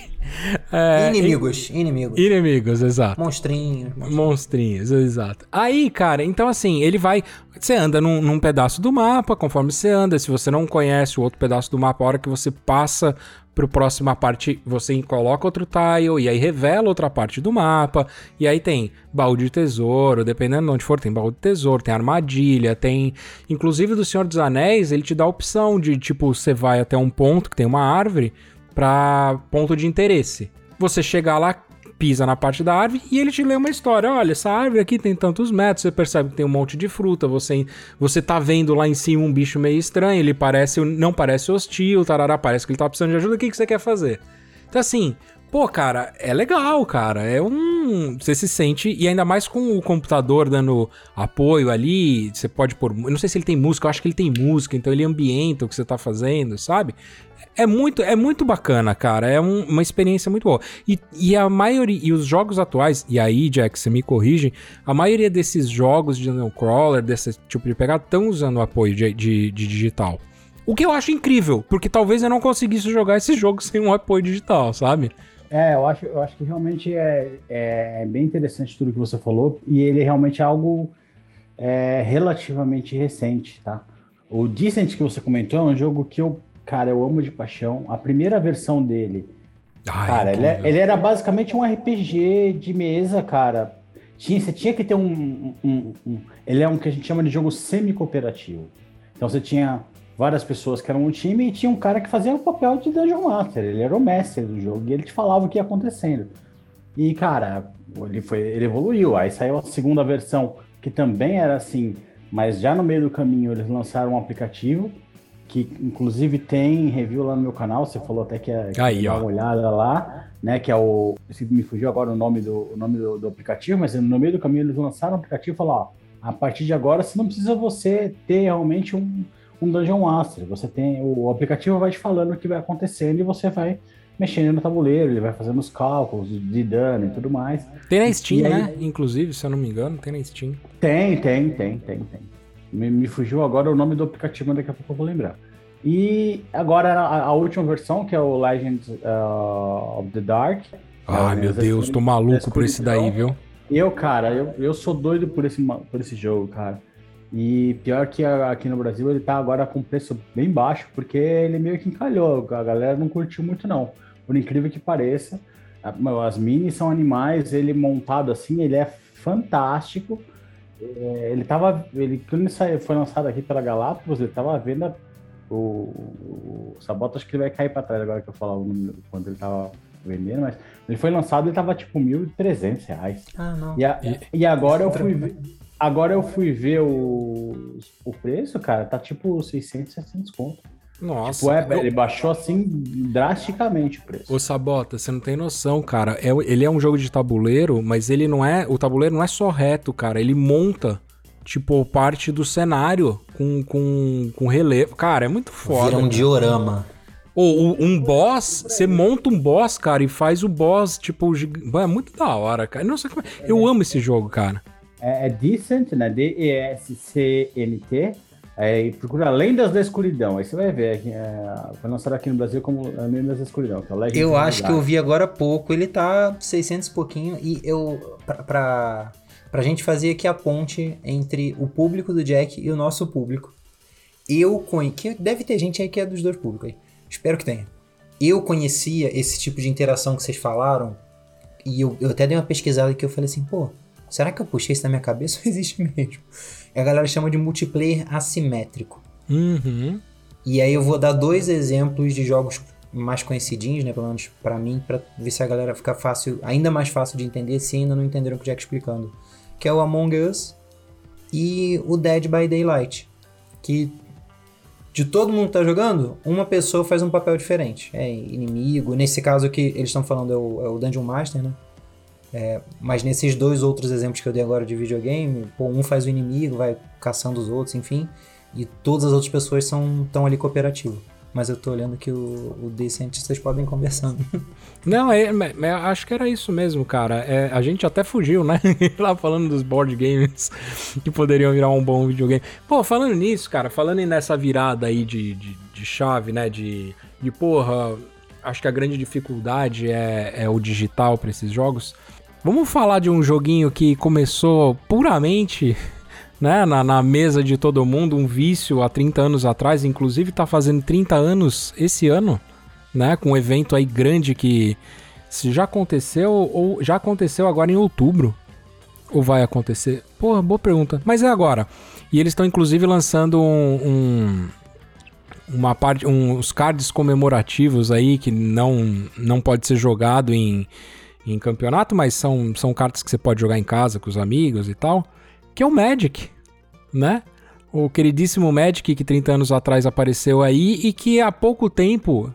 Inimigos, exato. Monstrinhos, exato. Aí, cara, então assim, ele vai... Você anda num pedaço do mapa, conforme você anda. Se você não conhece o outro pedaço do mapa, a hora que você passa pro próxima parte, você coloca outro tile e aí revela outra parte do mapa. E aí tem baú de tesouro, dependendo de onde for, tem baú de tesouro, tem armadilha, tem... Inclusive do Senhor dos Anéis, ele te dá a opção de, tipo, você vai até um ponto que tem uma árvore para ponto de interesse. Você chega lá, pisa na parte da árvore e ele te lê uma história. Olha, essa árvore aqui tem tantos metros, você percebe que tem um monte de fruta, você tá vendo lá em cima um bicho meio estranho, ele não parece hostil, tarará, parece que ele tá precisando de ajuda, o que você quer fazer? Então assim, pô, cara, é legal, cara, você se sente, e ainda mais com o computador dando apoio ali, você pode pôr, eu não sei se ele tem música, eu acho que ele tem música, então ele ambienta o que você tá fazendo, sabe? É muito bacana, cara. É uma experiência muito boa. E a maioria... E os jogos atuais... E aí, Jack, você me corrige. A maioria desses jogos de Dungeon Crawler, desse tipo de pegada, estão usando o apoio de digital. O que eu acho incrível. Porque talvez eu não conseguisse jogar esse jogo sem um apoio digital, sabe? Eu acho que realmente é bem interessante tudo que você falou. E ele realmente é algo relativamente recente, tá? O Descent que você comentou é um jogo que eu amo de paixão. A primeira versão dele, cara, ele era basicamente um RPG de mesa, cara. Você tinha que ter ele é um que a gente chama de jogo semi-cooperativo. Então você tinha várias pessoas que eram um time e tinha um cara que fazia o papel de Dungeon Master. Ele era o mestre do jogo e ele te falava o que ia acontecendo. E, cara, ele evoluiu. Aí saiu a segunda versão, que também era assim, mas já no meio do caminho eles lançaram um aplicativo que inclusive tem review lá no meu canal, você falou até que ia dar uma olhada lá, né, que é o... Me fugiu agora o nome do aplicativo, mas no meio do caminho eles lançaram o aplicativo e falaram, ó, a partir de agora você não precisa você ter realmente um Dungeon Master, o aplicativo vai te falando o que vai acontecendo e você vai mexendo no tabuleiro, ele vai fazendo os cálculos de dano e tudo mais. Tem na Steam, né? Inclusive, se eu não me engano, tem na Steam. Tem. Me fugiu agora o nome do aplicativo, mas daqui a pouco eu vou lembrar. E agora a última versão, que é o Legends of the Dark. Ai, meu Deus, tô maluco por esse daí, viu? Eu sou doido por esse jogo, cara. E pior que aqui no Brasil ele tá agora com preço bem baixo, porque ele meio que encalhou, a galera não curtiu muito não. Por incrível que pareça, as minis são animais, ele montado assim, ele é fantástico. Quando ele foi lançado aqui pela Galápagos, ele tava vendo o Sabota, acho que ele vai cair para trás agora que eu falar o número quando ele tava vendendo, mas ele foi lançado e tava tipo R$1.300. Ah, não. E agora eu fui ver o preço, cara, tá tipo 600, 700 conto. Nossa. Tipo, ele baixou assim drasticamente o preço. Ô Sabota, você não tem noção, cara. Ele é um jogo de tabuleiro, mas ele não é... O tabuleiro não é só reto, cara. Ele monta, tipo, parte do cenário com relevo. Cara, é muito foda. Vira um diorama. Ou um boss, você monta um boss, cara, e faz o boss, tipo... É muito da hora, cara. Não sei como... Eu amo esse jogo, cara. É Descent, né? D-E-S-C-N-T. E procura Lendas da Escuridão. Aí você vai ver. Foi lançado aqui no Brasil como Lendas da Escuridão. Que é o Legend eu acho que eu vi agora há pouco. Ele tá 600 e pouquinho. E pra gente fazer aqui a ponte entre o público do Jack e o nosso público. Que deve ter gente aí que é dos dois públicos aí. Espero que tenha. Eu conhecia esse tipo de interação que vocês falaram. E eu até dei uma pesquisada que eu falei assim, pô, será que eu puxei isso na minha cabeça ou existe mesmo? A galera chama de multiplayer assimétrico. Uhum. E aí eu vou dar 2 exemplos de jogos mais conhecidinhos, né? Pelo menos pra mim, pra ver se a galera fica ainda mais fácil de entender, se ainda não entenderam o que o Jack explicando. Que é o Among Us e o Dead by Daylight. Que de todo mundo que tá jogando, uma pessoa faz um papel diferente. É inimigo. Nesse caso que eles estão falando é o Dungeon Master, né? Mas nesses 2 outros exemplos que eu dei agora de videogame, pô, um faz o inimigo, vai caçando os outros, enfim, e todas as outras pessoas estão ali cooperativas. Mas eu tô olhando que o Descent vocês podem ir conversando. Não, acho que era isso mesmo, cara. A gente até fugiu, né? Lá falando dos board games que poderiam virar um bom videogame. Pô, falando nisso, cara, falando nessa virada aí de chave, né? De porra, acho que a grande dificuldade é o digital pra esses jogos. Vamos falar de um joguinho que começou puramente, né, na mesa de todo mundo, um vício há 30 anos atrás, inclusive tá fazendo 30 anos esse ano, né, com um evento aí grande que já aconteceu ou já aconteceu agora em outubro, ou vai acontecer? Porra, boa pergunta, mas é agora. E eles estão inclusive lançando uns cards comemorativos aí que não pode ser jogado em campeonato, mas são cartas que você pode jogar em casa com os amigos e tal, que é o Magic, né? O queridíssimo Magic que 30 anos atrás apareceu aí e que há pouco tempo,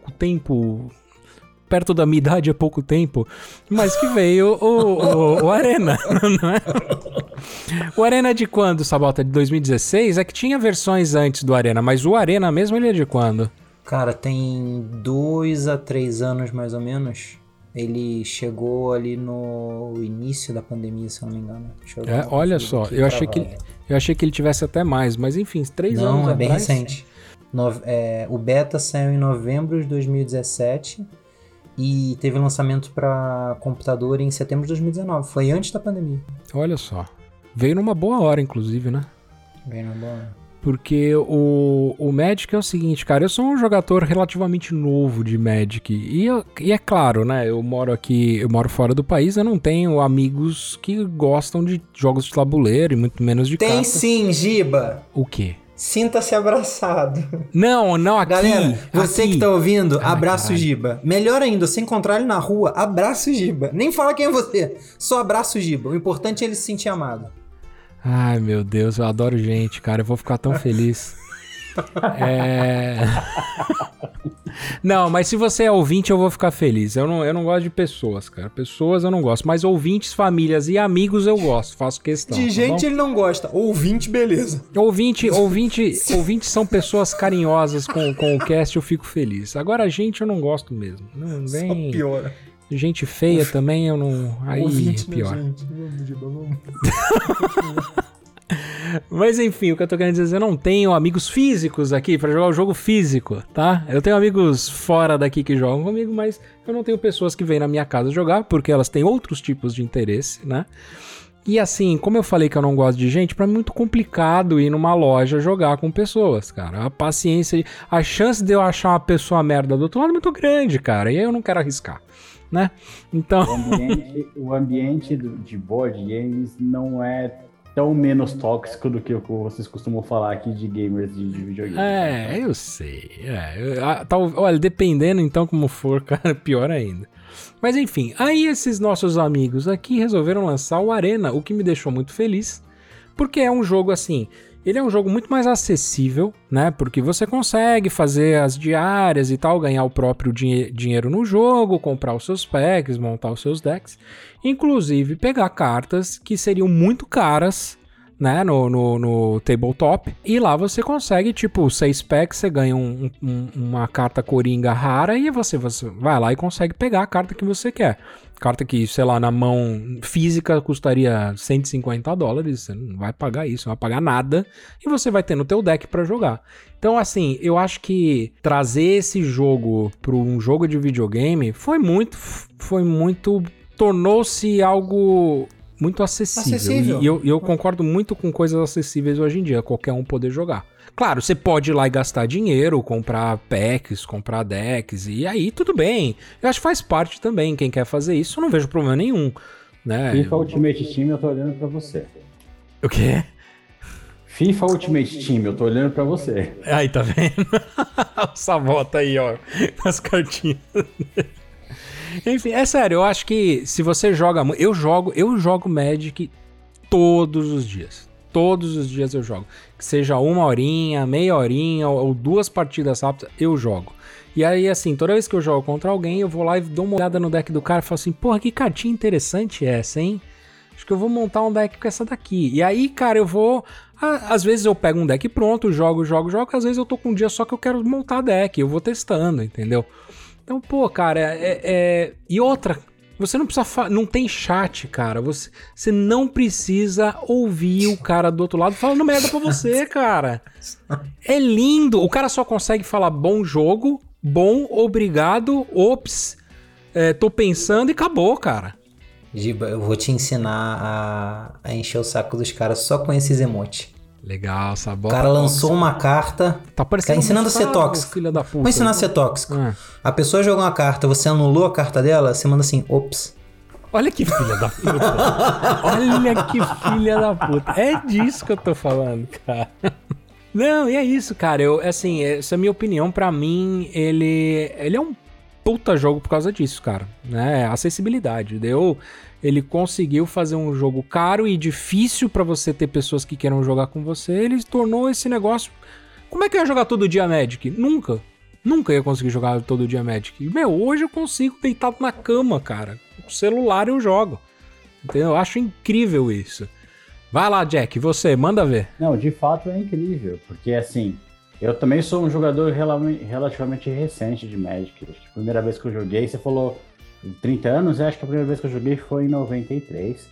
perto da minha idade é pouco tempo, mas que veio o Arena, não é? O Arena é de quando, Sabota? De 2016? É que tinha versões antes do Arena, mas o Arena mesmo ele é de quando? Cara, tem 2 a 3 anos mais ou menos. Ele chegou ali no início da pandemia, se eu não me engano. Olha só, eu achei que ele tivesse até mais, mas enfim, 3 anos atrás. Não, é bem recente. O beta saiu em novembro de 2017 e teve lançamento para computador em setembro de 2019. Foi antes da pandemia. Olha só. Veio numa boa hora, inclusive, né? Veio numa boa hora. Porque o Magic é o seguinte, cara, eu sou um jogador relativamente novo de Magic, e é claro, né, eu moro fora do país, eu não tenho amigos que gostam de jogos de tabuleiro e muito menos de cartas. Tem sim, Giba! O quê? Sinta-se abraçado. Não, aqui. Galera, você aqui. Que tá ouvindo, abraça o Giba. Melhor ainda, se encontrar ele na rua, abraça o Giba. Nem fala quem é você, só abraça o Giba. O importante é ele se sentir amado. Ai, meu Deus, eu adoro gente, cara. Eu vou ficar tão feliz. Não, mas se você é ouvinte, eu vou ficar feliz. Eu não gosto de pessoas, cara. Pessoas eu não gosto. Mas ouvintes, famílias e amigos eu gosto. Faço questão. De gente ele não gosta. Ouvinte, beleza. Ouvintes são pessoas carinhosas com o cast, eu fico feliz. Agora, gente, eu não gosto mesmo. Não vem... Só piora. Gente feia também, eu não... Aí ouvinte, é pior. Gente. Vamos. Mas enfim, o que eu tô querendo dizer, eu não tenho amigos físicos aqui pra jogar o jogo físico, tá? Eu tenho amigos fora daqui que jogam comigo, mas eu não tenho pessoas que vêm na minha casa jogar, porque elas têm outros tipos de interesse, né? E assim, como eu falei que eu não gosto de gente, pra mim é muito complicado ir numa loja jogar com pessoas, cara. A paciência, a chance de eu achar uma pessoa merda do outro lado é muito grande, cara, e aí eu não quero arriscar, né? Então... O ambiente de board games não é tão menos tóxico do que o que vocês costumam falar aqui de gamers de videogame. Eu sei. Olha, dependendo então como for, cara, pior ainda. Mas enfim, aí esses nossos amigos aqui resolveram lançar o Arena, o que me deixou muito feliz, porque é um jogo assim, ele é um jogo muito mais acessível, né? Porque você consegue fazer as diárias e tal, ganhar o próprio dinheiro no jogo, comprar os seus packs, montar os seus decks, inclusive pegar cartas que seriam muito caras, né, no tabletop, e lá você consegue, tipo, 6 packs, você ganha uma carta coringa rara e você vai lá e consegue pegar a carta que você quer. Carta que, sei lá, na mão física custaria $150, você não vai pagar isso, não vai pagar nada, e você vai ter no teu deck pra jogar. Então, assim, eu acho que trazer esse jogo para um jogo de videogame foi muito, tornou-se algo muito acessível. E eu concordo muito com coisas acessíveis hoje em dia, qualquer um poder jogar. Claro, você pode ir lá e gastar dinheiro, comprar packs, comprar decks, e aí tudo bem. Eu acho que faz parte também, quem quer fazer isso, eu não vejo problema nenhum, né? FIFA Ultimate Team, eu tô olhando pra você. O quê? FIFA Ultimate Team, eu tô olhando pra você. Aí, tá vendo? O Savota aí, ó, as cartinhas. Enfim, é sério, eu acho que se você joga... Eu jogo Magic todos os dias. Todos os dias eu jogo. Que seja 1 horinha, meia horinha ou 2 partidas rápidas, eu jogo. E aí, assim, toda vez que eu jogo contra alguém, eu vou lá e dou uma olhada no deck do cara e falo assim, porra, que cartinha interessante é essa, hein? Acho que eu vou montar um deck com essa daqui. E aí, cara, eu vou... Às vezes eu pego um deck pronto, jogo. Às vezes eu tô com um dia só que eu quero montar deck. Eu vou testando, entendeu? Então, pô, cara, E outra, você não precisa... Não tem chat, cara. Você não precisa ouvir o cara do outro lado falando merda pra você, cara. É lindo. O cara só consegue falar bom jogo, bom, obrigado, ops, tô pensando e acabou, cara. Giba, eu vou te ensinar a encher o saco dos caras só com esses emotes. Legal, Sabota. O cara lançou uma carta. Tá parecendo ensinando a ser tóxico. Filha da puta. Vou ensinar a ser tóxico. A pessoa jogou uma carta, você anulou a carta dela, você manda assim, ops. Olha que filha da puta. Olha que filha da puta. É disso que eu tô falando, cara. Não, e é isso, cara. Assim, essa é a minha opinião. Pra mim, ele é um puta jogo por causa disso, cara. Né? Acessibilidade. Ele conseguiu fazer um jogo caro e difícil pra você ter pessoas que queiram jogar com você. Ele tornou esse negócio... Como é que eu ia jogar todo dia Magic? Nunca ia conseguir jogar todo dia Magic. Hoje eu consigo deitado na cama, cara. Com o celular eu jogo. Entendeu? Eu acho incrível isso. Vai lá, Jack, você, manda ver. Não, de fato é incrível. Porque, assim, eu também sou um jogador relativamente recente de Magic. Acho que a primeira vez que eu joguei, você falou... 30 anos, eu acho que a primeira vez que eu joguei foi em 93.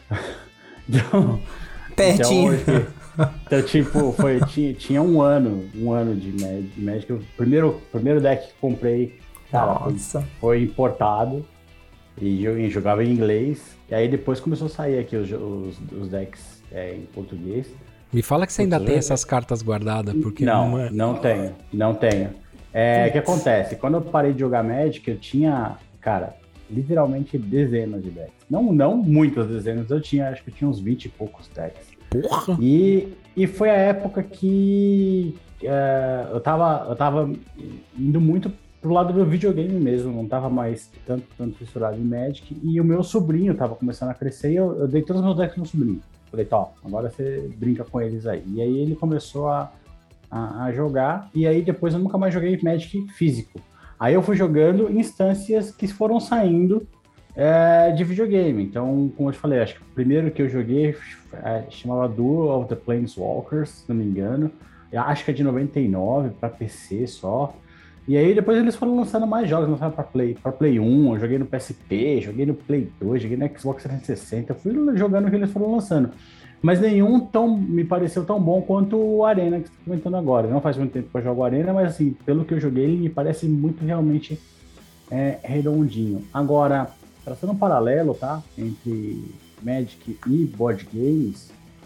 Pertinho. Então, tipo, tinha um ano de Magic. O primeiro deck que comprei, cara, foi importado e jogava em inglês. E aí depois começou a sair aqui os decks em português. Me fala que você ainda tem essas cartas guardadas, porque não tenho. O que acontece? Quando eu parei de jogar Magic, eu tinha, cara, literalmente dezenas de decks. Não muitas dezenas, acho que eu tinha uns 20 e poucos decks. Porra! E foi a época que eu tava indo muito pro lado do videogame mesmo, não tava mais tanto fissurado em Magic, e o meu sobrinho tava começando a crescer e eu dei todos os meus decks no meu sobrinho. Falei, agora você brinca com eles aí. E aí ele começou a a jogar, e aí depois eu nunca mais joguei Magic físico. Aí eu fui jogando instâncias que foram saindo de videogame. Então, como eu te falei, acho que o primeiro que eu joguei chamava Duel of the Planeswalkers, se não me engano. Eu acho que é de 99 para PC só. E aí depois eles foram lançando mais jogos, lançaram para Play 1, eu joguei no PSP, joguei no Play 2, joguei no Xbox 360, fui jogando o que eles foram lançando. Mas nenhum me pareceu tão bom quanto o Arena que você está comentando agora. Não faz muito tempo que eu jogo o Arena, mas assim, pelo que eu joguei, ele me parece muito realmente redondinho. Agora, traçando um paralelo, tá? Entre Magic e board games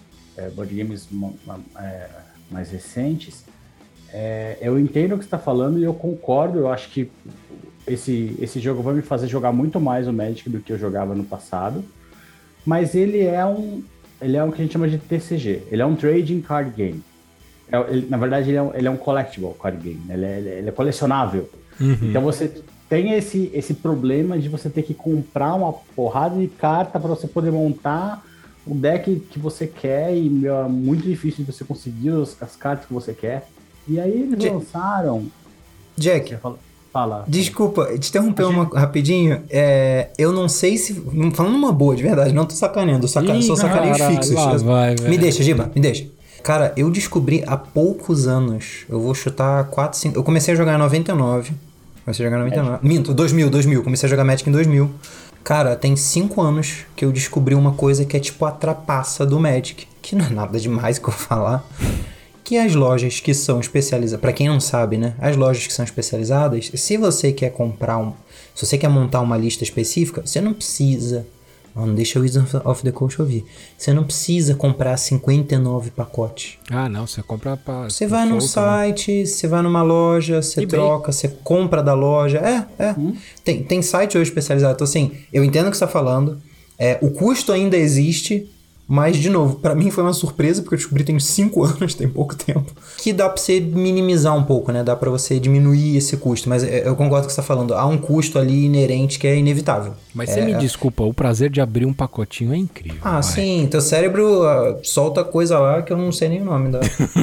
mais recentes, eu entendo o que você está falando e eu concordo. Eu acho que esse jogo vai me fazer jogar muito mais o Magic do que eu jogava no passado. Mas ele é o que a gente chama de TCG. Ele é um trading card game. Na verdade, ele é um collectible card game. Ele é colecionável. Uhum. Então você tem esse problema de você ter que comprar uma porrada de carta para você poder montar o deck que você quer, e é muito difícil de você conseguir as cartas que você quer. E aí eles lançaram... Jack, fala. Desculpa, te interromper rapidinho. Eu não sei se... Falando uma boa, de verdade, não tô sacaneando. Sou sacaneio fixos. Me deixa, Giba, me deixa. Cara, eu descobri há poucos anos, eu vou chutar 4, 5... Eu comecei a jogar em 99. Minto, 2000. Comecei a jogar Magic em 2000. Cara, tem 5 anos que eu descobri uma coisa que é tipo a trapaça do Magic. Que não é nada demais que eu vou falar. Que as lojas que são especializadas... Pra quem não sabe, né? As lojas que são especializadas, se você quer se você quer montar uma lista específica, você não precisa... Não deixa o Wizards of the Coast ouvir. Você não precisa comprar 59 pacotes. Ah, não. Você compra pra... Você vai num site, você vai numa loja, você troca, você compra da loja. Tem site hoje especializado. Então, assim, eu entendo o que você tá falando. O custo ainda existe, mas, de novo, pra mim foi uma surpresa, porque eu descobri tem 5 anos, tem pouco tempo, que dá pra você minimizar um pouco, né? Dá pra você diminuir esse custo. Mas eu concordo com o que você tá falando. Há um custo ali inerente que é inevitável. Mas você me desculpa, o prazer de abrir um pacotinho é incrível. Ah, sim. Teu cérebro solta coisa lá que eu não sei nem o nome da...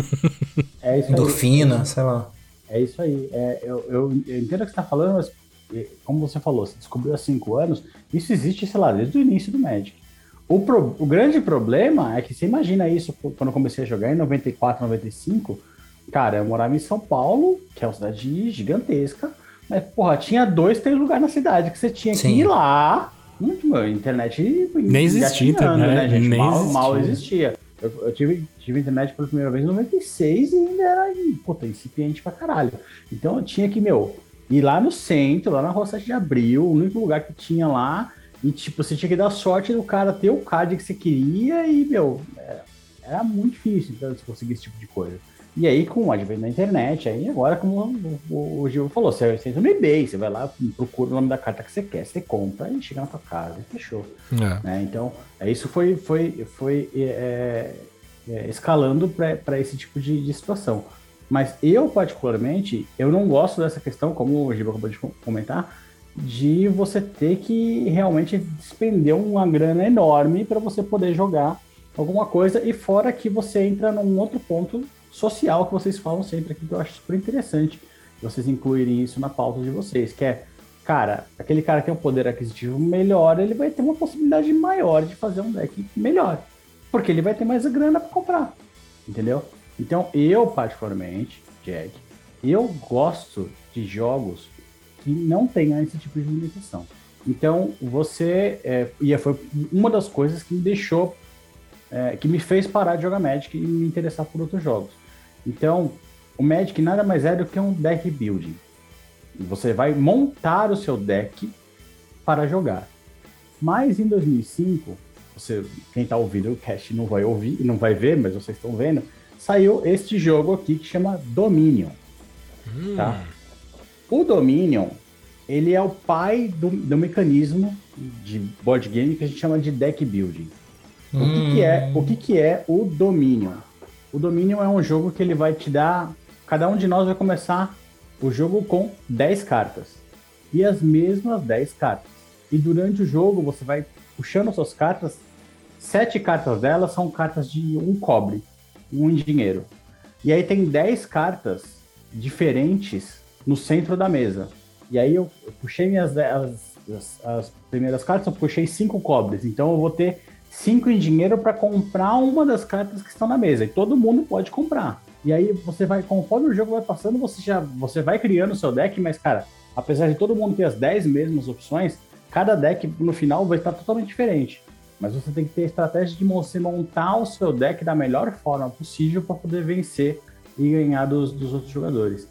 endorfina, sei lá. É isso aí. Eu entendo o que você tá falando, mas como você falou, você descobriu há 5 anos, isso existe, sei lá, desde o início do Magic. O grande problema é que você imagina isso quando eu comecei a jogar em 94, 95, cara, eu morava em São Paulo, que é uma cidade gigantesca, mas, porra, tinha 2, 3 lugares na cidade que você tinha que ir lá, internet nem existia, né, gente? Mal existia. Eu tive internet pela primeira vez em 96 e ainda era incipiente pra caralho. Então eu tinha que, ir lá no centro, lá na Rua 7 de Abril, o único lugar que tinha lá. E, tipo, você tinha que dar sorte do cara ter o card que você queria e, era muito difícil, então, você conseguir esse tipo de coisa. E aí, com o advento da internet, aí agora, como o Gil falou, você entra no eBay, você vai lá, procura o nome da carta que você quer, você compra e chega na sua casa e fechou. Né? Então, isso foi escalando para esse tipo de situação. Mas eu, particularmente, eu não gosto dessa questão, como o Gil acabou de comentar, de você ter que realmente despender uma grana enorme para você poder jogar alguma coisa, e fora que você entra num outro ponto social que vocês falam sempre aqui, que eu acho super interessante vocês incluírem isso na pauta de vocês, que é, cara, aquele cara que tem um poder aquisitivo melhor, ele vai ter uma possibilidade maior de fazer um deck melhor, porque ele vai ter mais grana para comprar, entendeu? Então, eu particularmente, Jack, eu gosto de jogos que não tenha esse tipo de limitação. Então, e foi uma das coisas que me deixou, que me fez parar de jogar Magic e me interessar por outros jogos. Então, o Magic nada mais é do que um deck building. Você vai montar o seu deck para jogar. Mas em 2005, quem está ouvindo o cast não vai ouvir, não vai ver, mas vocês estão vendo, saiu este jogo aqui que chama Dominion. Tá? O Dominion, ele é o pai do mecanismo de board game que a gente chama de deck building. O que é o Dominion? O Dominion é um jogo que ele vai te dar... Cada um de nós vai começar o jogo com 10 cartas. E as mesmas 10 cartas. E durante o jogo você vai puxando suas cartas. 7 cartas delas são cartas de 1 cobre, 1 em dinheiro. E aí tem 10 cartas diferentes no centro da mesa. E aí eu puxei as primeiras cartas, eu puxei 5 cobres. Então eu vou ter 5 em dinheiro para comprar uma das cartas que estão na mesa. E todo mundo pode comprar. E aí você vai, conforme o jogo vai passando, você vai criando o seu deck, mas, cara, apesar de todo mundo ter as 10 mesmas opções, cada deck no final vai estar totalmente diferente. Mas você tem que ter a estratégia de você montar o seu deck da melhor forma possível para poder vencer e ganhar dos outros jogadores.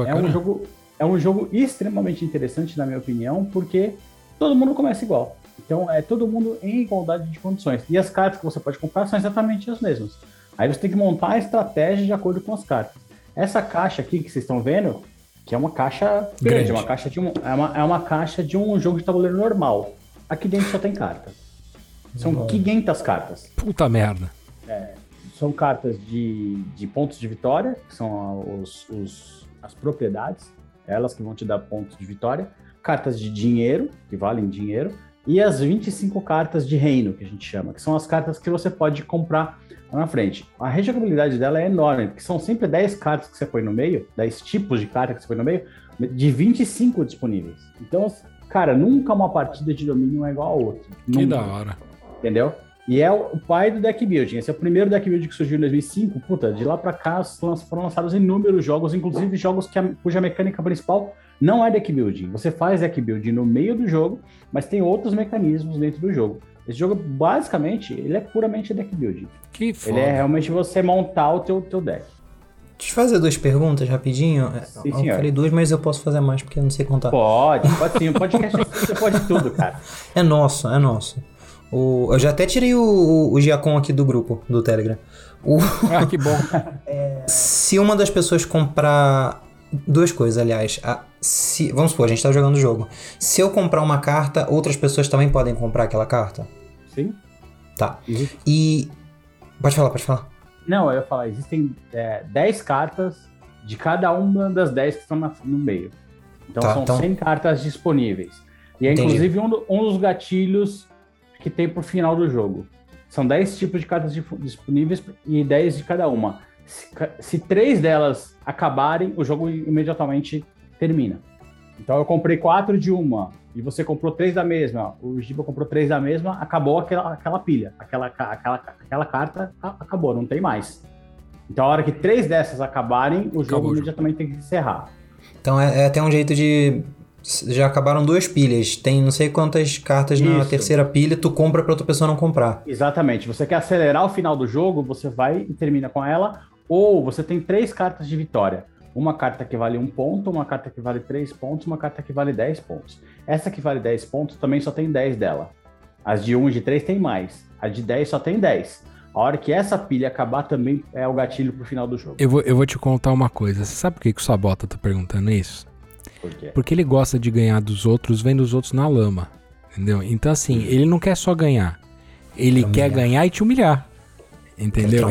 É um jogo extremamente interessante, na minha opinião, porque todo mundo começa igual. Então, é todo mundo em igualdade de condições. E as cartas que você pode comprar são exatamente as mesmas. Aí você tem que montar a estratégia de acordo com as cartas. Essa caixa aqui que vocês estão vendo, que é uma caixa grande. Uma caixa é uma caixa de um jogo de tabuleiro normal. Aqui dentro só tem carta. São 500 cartas. Puta merda. São cartas de pontos de vitória, que são as propriedades, elas que vão te dar pontos de vitória. Cartas de dinheiro, que valem dinheiro. E as 25 cartas de reino, que a gente chama, que são as cartas que você pode comprar lá na frente. A rejogabilidade dela é enorme, porque são sempre 10 cartas que você põe no meio, 10 tipos de cartas que você põe no meio, de 25 disponíveis. Então, cara, nunca uma partida de domínio é igual a outra. Que da hora. Entendeu? E é o pai do deck building. Esse é o primeiro deck building que surgiu em 2005. Puta, de lá pra cá foram lançados inúmeros jogos, inclusive jogos cuja mecânica principal não é deck building. Você faz deck building no meio do jogo, mas tem outros mecanismos dentro do jogo. Esse jogo, basicamente, ele é puramente deck building. Que foda. Ele é realmente você montar o teu deck. Deixa eu fazer 2 perguntas rapidinho. Sim, eu falei 2, mas eu posso fazer mais, porque eu não sei contar. Pode sim. O podcast você pode tudo, cara. É nosso. Eu já até tirei o Giacom aqui do grupo, do Telegram. Que bom. Se uma das pessoas comprar... 2 coisas, aliás. Vamos supor, a gente tá jogando o jogo. Se eu comprar uma carta, outras pessoas também podem comprar aquela carta? Sim. Tá. E... Pode falar. Não, eu ia falar, existem 10 cartas de cada uma das 10 que estão no meio. Então são 100 cartas disponíveis. E é inclusive um dos gatilhos que tem pro final do jogo. São 10 tipos de cartas disponíveis e 10 de cada uma. Se 3 delas acabarem, o jogo imediatamente termina. Então eu comprei 4 de uma, e você comprou 3 da mesma, o Giba comprou 3 da mesma, acabou aquela pilha. Aquela carta acabou, não tem mais. Então a hora que 3 dessas acabarem, o jogo imediatamente tem que encerrar. Então é até um jeito de... Já acabaram 2 pilhas, tem não sei quantas cartas na terceira pilha, tu compra pra outra pessoa não comprar. Exatamente, você quer acelerar o final do jogo, você vai e termina com ela, ou você tem 3 cartas de vitória. Uma carta que vale 1 ponto, uma carta que vale 3 pontos, uma carta que vale 10 pontos. Essa que vale 10 pontos também só tem 10 dela. As de 1 e de 3 tem mais, a de 10 só tem 10. A hora que essa pilha acabar também é o gatilho pro final do jogo. Eu vou te contar uma coisa, você sabe por que o Sabota tá perguntando isso? Por quê? Porque ele gosta de ganhar dos outros, vendo os outros na lama, entendeu? Então assim, ele não quer só ganhar, ele quer ganhar e te humilhar, entendeu?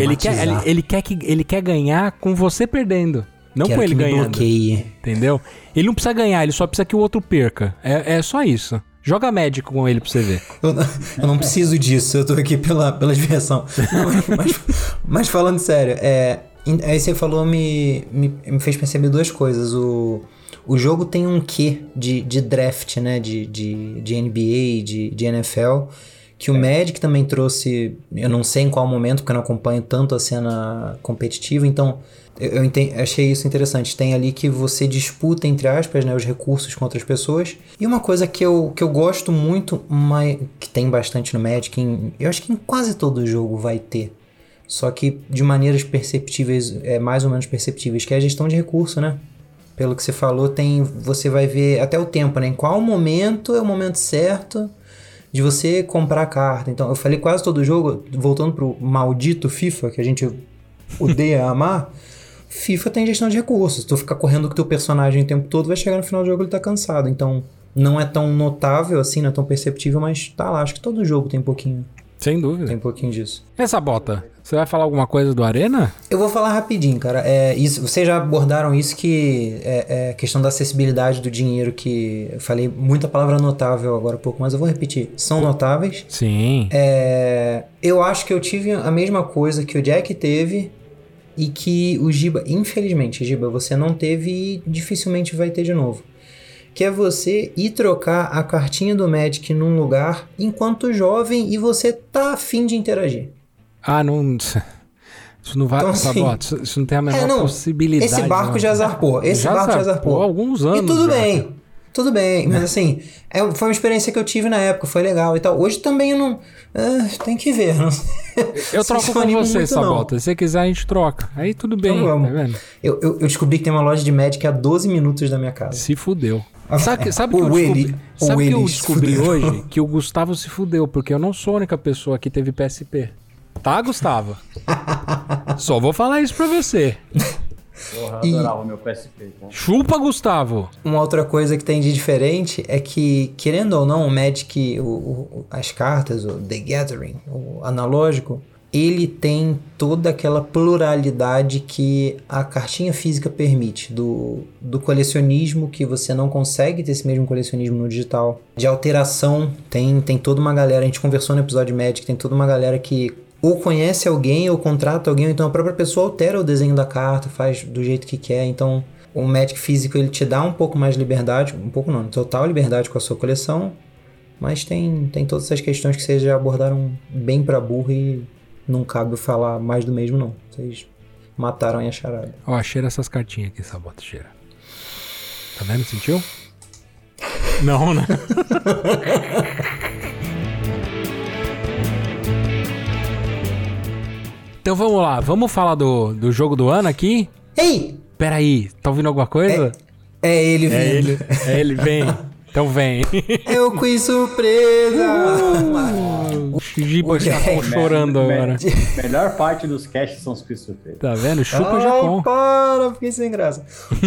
Ele quer ganhar com você perdendo, não com ele ganhando, entendeu? Ele não precisa ganhar, ele só precisa que o outro perca, é só isso. Joga Magic com ele pra você ver. Eu não preciso disso, eu tô aqui pela diversão. Não, mas falando sério, aí você falou, me fez perceber 2 coisas. O jogo tem um quê de draft, né? De NBA, de NFL, que o Magic também trouxe, eu não sei em qual momento, porque eu não acompanho tanto a cena competitiva, então eu achei isso interessante. Tem ali que você disputa, entre aspas, né, os recursos com outras pessoas. E uma coisa que eu gosto muito, mas que tem bastante no Magic, eu acho que em quase todo jogo vai ter, só que de maneiras perceptíveis, mais ou menos perceptíveis, que é a gestão de recurso, né? Pelo que você falou, você vai ver até o tempo, né? Em qual momento é o momento certo de você comprar a carta. Então, eu falei quase todo jogo, voltando pro maldito FIFA, que a gente odeia amar, FIFA tem gestão de recursos. Tu ficar correndo com o teu personagem o tempo todo, vai chegar no final do jogo e ele tá cansado. Então, não é tão notável assim, não é tão perceptível, mas tá lá. Acho que todo jogo tem um pouquinho. Sem dúvida. Tem um pouquinho disso. Essa bota, você vai falar alguma coisa do Arena? Eu vou falar rapidinho, cara. Isso, vocês já abordaram isso, que é questão da acessibilidade do dinheiro, que eu falei muita palavra notável agora há pouco, mas eu vou repetir. São notáveis. Sim. Eu acho que eu tive a mesma coisa que o Jack teve e que o Giba, infelizmente, Giba, você não teve e dificilmente vai ter de novo. Que é você ir trocar a cartinha do Magic num lugar enquanto jovem e você tá afim de interagir. Ah, não... Isso não vai... Então, Sabota, isso não tem a menor possibilidade. Esse barco já zarpou. Esse barco já zarpou. Há alguns anos. E tudo bem. Mas assim, foi uma experiência que eu tive na época, foi legal e tal. Hoje também eu não... tem que ver. Não sei. Eu troco com você, Sabota. Se você quiser, a gente troca. Aí tudo bem, então, vamos. Tá vendo? Eu descobri que tem uma loja de Magic a 12 minutos da minha casa. Se fudeu. Sabe o que eu descobri hoje? Que o Gustavo se fudeu, porque eu não sou a única pessoa que teve PSP. Tá, Gustavo? Só vou falar isso pra você. Porra, eu adorava o meu PSP. Então. Chupa, Gustavo! Uma outra coisa que tem de diferente é que, querendo ou não, o Magic, as cartas, o The Gathering, o analógico, ele tem toda aquela pluralidade que a cartinha física permite, do colecionismo, que você não consegue ter esse mesmo colecionismo no digital, de alteração, tem toda uma galera, a gente conversou no episódio de Magic, tem toda uma galera que ou conhece alguém, ou contrata alguém, ou então a própria pessoa altera o desenho da carta, faz do jeito que quer, então o Magic físico ele te dá um pouco mais de liberdade, um pouco não, total liberdade com a sua coleção, mas tem todas essas questões que vocês já abordaram bem pra burro e não cabe falar mais do mesmo, não. Vocês mataram a charada. Ó, cheira essas cartinhas aqui, Sabota, cheira. Tá vendo? Sentiu? Não, né? Então vamos lá, vamos falar do jogo do ano aqui? Ei! Peraí, tá ouvindo alguma coisa? É ele vindo. É ele, vem. Então vem. É o quiz surpresa! O Giba já tá chorando agora. Melhor parte dos casts são os quiz surpresa. Tá vendo? Chupa Jacon. Para, fiquei sem graça.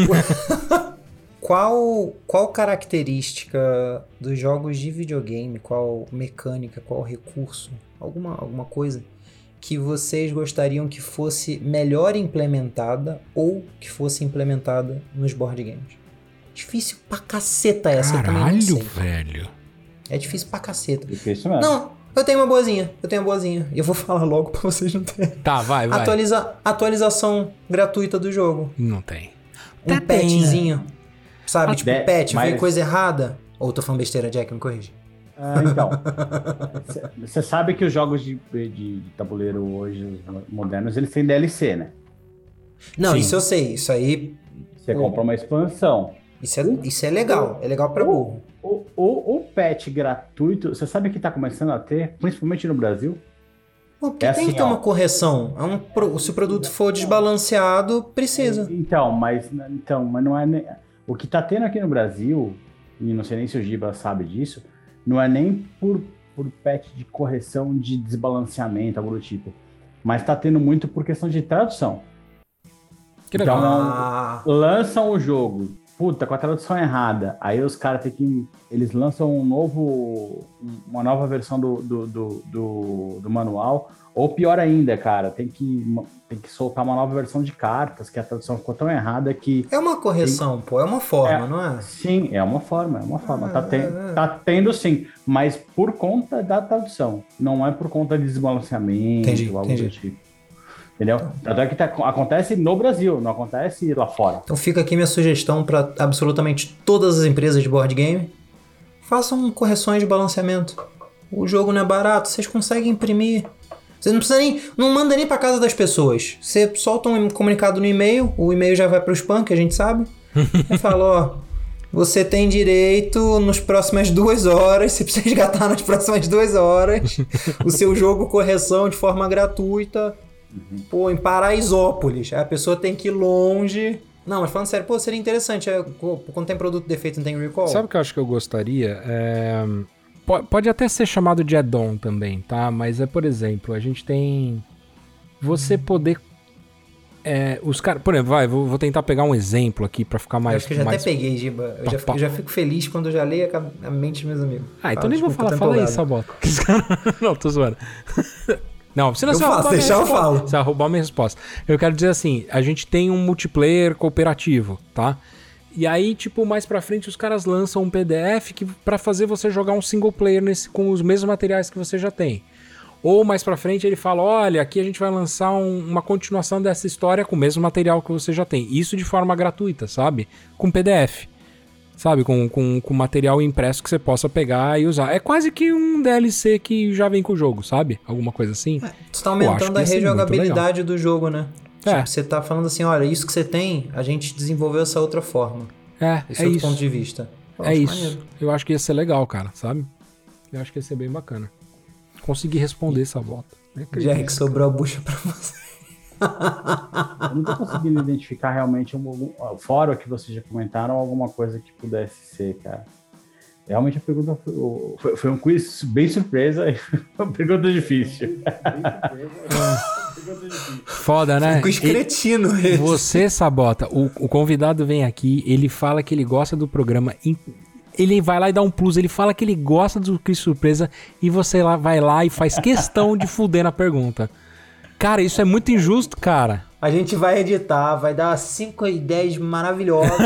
Qual característica dos jogos de videogame, qual mecânica, qual recurso, alguma coisa que vocês gostariam que fosse melhor implementada ou que fosse implementada nos board games? Difícil pra caceta essa. Caralho, eu também não sei. velho. É difícil pra caceta. Difícil mesmo. Não, eu tenho uma boazinha. E eu vou falar logo pra vocês não terem. Tá, vai. Atualização gratuita do jogo. Não tem. Um patchzinho. Sabe, tipo, patch, mas... veio coisa errada. Ou tô falando besteira, Jack, me corrige. Então, você sabe que os jogos de tabuleiro hoje, modernos, eles têm DLC, né? Não, Sim. Isso eu sei. Isso aí... Você compra uma expansão. Isso é legal. É legal pra burro. O patch gratuito, você sabe que tá começando a ter, principalmente no Brasil? Porque tem que ter uma correção. Se o produto for desbalanceado, precisa. Então, mas não é... O que tá tendo aqui no Brasil, e não sei nem se o Giba sabe disso, não é nem por patch de correção de desbalanceamento, algo do tipo. Mas tá tendo muito por questão de tradução. Que legal. Então, lançam o jogo, puta, com a tradução errada. Aí os caras têm que... Eles lançam uma nova versão do manual. Ou pior ainda, cara, tem que soltar uma nova versão de cartas, que a tradução ficou tão errada que... É uma correção, pô, é uma forma, não é? Sim, é uma forma. Tá tendo sim, mas por conta da tradução, não é por conta de desbalanceamento, algo do tipo. Entendeu? Tanto é que acontece no Brasil, não acontece lá fora. Então fica aqui minha sugestão para absolutamente todas as empresas de board game. Façam correções de balanceamento. O jogo não é barato, vocês conseguem imprimir. Você não precisa não manda nem para casa das pessoas. Você solta um comunicado no e-mail, o e-mail já vai pro spam, que a gente sabe. E fala, ó, você tem direito nas próximas 2 horas, se precisa resgatar nas próximas 2 horas, o seu jogo correção de forma gratuita. Pô, em Paraisópolis. Aí a pessoa tem que ir longe. Não, mas falando sério, pô, seria interessante. Quando tem produto defeito, não tem recall. Sabe o que eu acho que eu gostaria? Pode até ser chamado de add-on também, tá? Mas é, por exemplo, a gente tem... Você poder... os caras... Por exemplo, vou tentar pegar um exemplo aqui pra ficar mais... Eu acho que eu já até peguei, Giba. Eu já fico feliz quando eu já leio a mente dos meus amigos. Então nem vou falar. Fala aí, Sabota. Não, tô zoando. Não, você não falo. Você vai roubar minha resposta. Eu quero dizer assim, a gente tem um multiplayer cooperativo, tá? E aí, tipo, mais pra frente os caras lançam um PDF pra fazer você jogar um single player com os mesmos materiais que você já tem. Ou mais pra frente ele fala, olha, aqui a gente vai lançar uma continuação dessa história com o mesmo material que você já tem. Isso de forma gratuita, sabe? Com PDF. Sabe? Com material impresso que você possa pegar e usar. É quase que um DLC que já vem com o jogo, sabe? Alguma coisa assim. Você tá aumentando a rejogabilidade do jogo, né? Tipo, você tá falando assim, olha, isso que você tem, a gente desenvolveu essa outra forma. Esse é outro ponto de vista. Isso. Maneiro. Eu acho que ia ser legal, cara, sabe? Eu acho que ia ser bem bacana. Consegui responder essa volta. Jack, sobrou a bucha pra você. Eu não tô conseguindo identificar realmente fora que vocês já comentaram, alguma coisa que pudesse ser, cara. Realmente a pergunta foi um quiz bem surpresa e uma pergunta difícil. Foda, né? Quiz cretino. Você, Sabota, o convidado vem aqui, ele fala que ele gosta do programa, ele vai lá e dá um plus, ele fala que ele gosta do quiz surpresa e você vai lá e faz questão de fuder na pergunta. Cara, isso é muito injusto, cara. A gente vai editar, vai dar 5 ideias maravilhosas.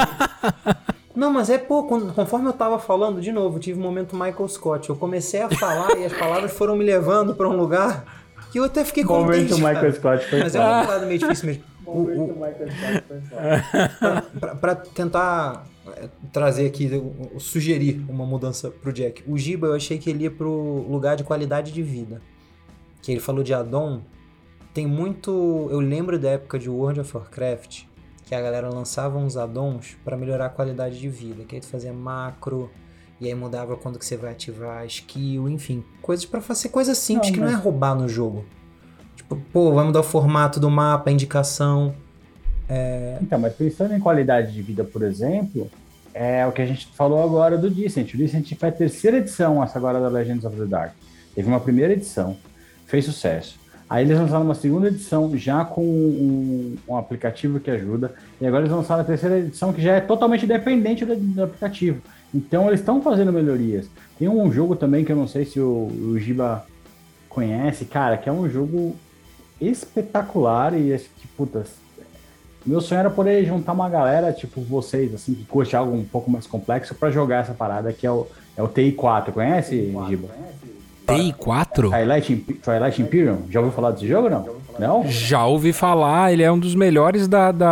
Não, mas conforme eu tava falando, de novo, tive um momento Michael Scott. Eu comecei a falar e as palavras foram me levando pra um lugar que eu até fiquei contente. Momento Michael Scott foi mas é um lado meio difícil mesmo. Michael Scott foi pra tentar trazer aqui, sugerir uma mudança pro Jack. O Giba, eu achei que ele ia pro lugar de qualidade de vida. Que ele falou de addon. Tem muito... Eu lembro da época de World of Warcraft, que a galera lançava uns addons pra melhorar a qualidade de vida. Que aí tu fazia macro, e aí mudava quando que você vai ativar a skill, enfim. Coisas pra fazer coisas simples que não é roubar no jogo. Tipo, vai mudar o formato do mapa, a indicação. Então, mas pensando em qualidade de vida, por exemplo, é o que a gente falou agora do Descent. O Descent foi a terceira edição, essa agora da Legends of the Dark. Teve uma primeira edição, fez sucesso. Aí eles lançaram uma segunda edição já com um aplicativo que ajuda. E agora eles lançaram a terceira edição que já é totalmente dependente do aplicativo. Então eles estão fazendo melhorias. Tem um jogo também que eu não sei se o Giba conhece, cara, que é um jogo espetacular e que, puta, meu sonho era poder juntar uma galera, tipo vocês, assim, que curte algo um pouco mais complexo pra jogar essa parada, que é o TI4. Conhece, Giba? TI4? Twilight Imperium? Já ouviu falar desse jogo, não? Não? Já ouvi falar, ele é um dos melhores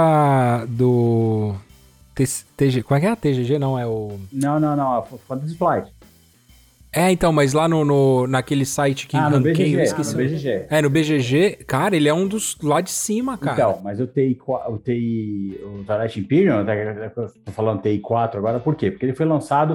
do... TG, como é que é? TGG? Não, é o... Não, é Fantasy Flight. Então, mas lá naquele site que no BGG, eu esqueci. No BGG. No BGG, cara, ele é um dos lá de cima, cara. Então, mas o Twilight Imperium, eu tô falando TI4 agora, por quê? Porque ele foi lançado...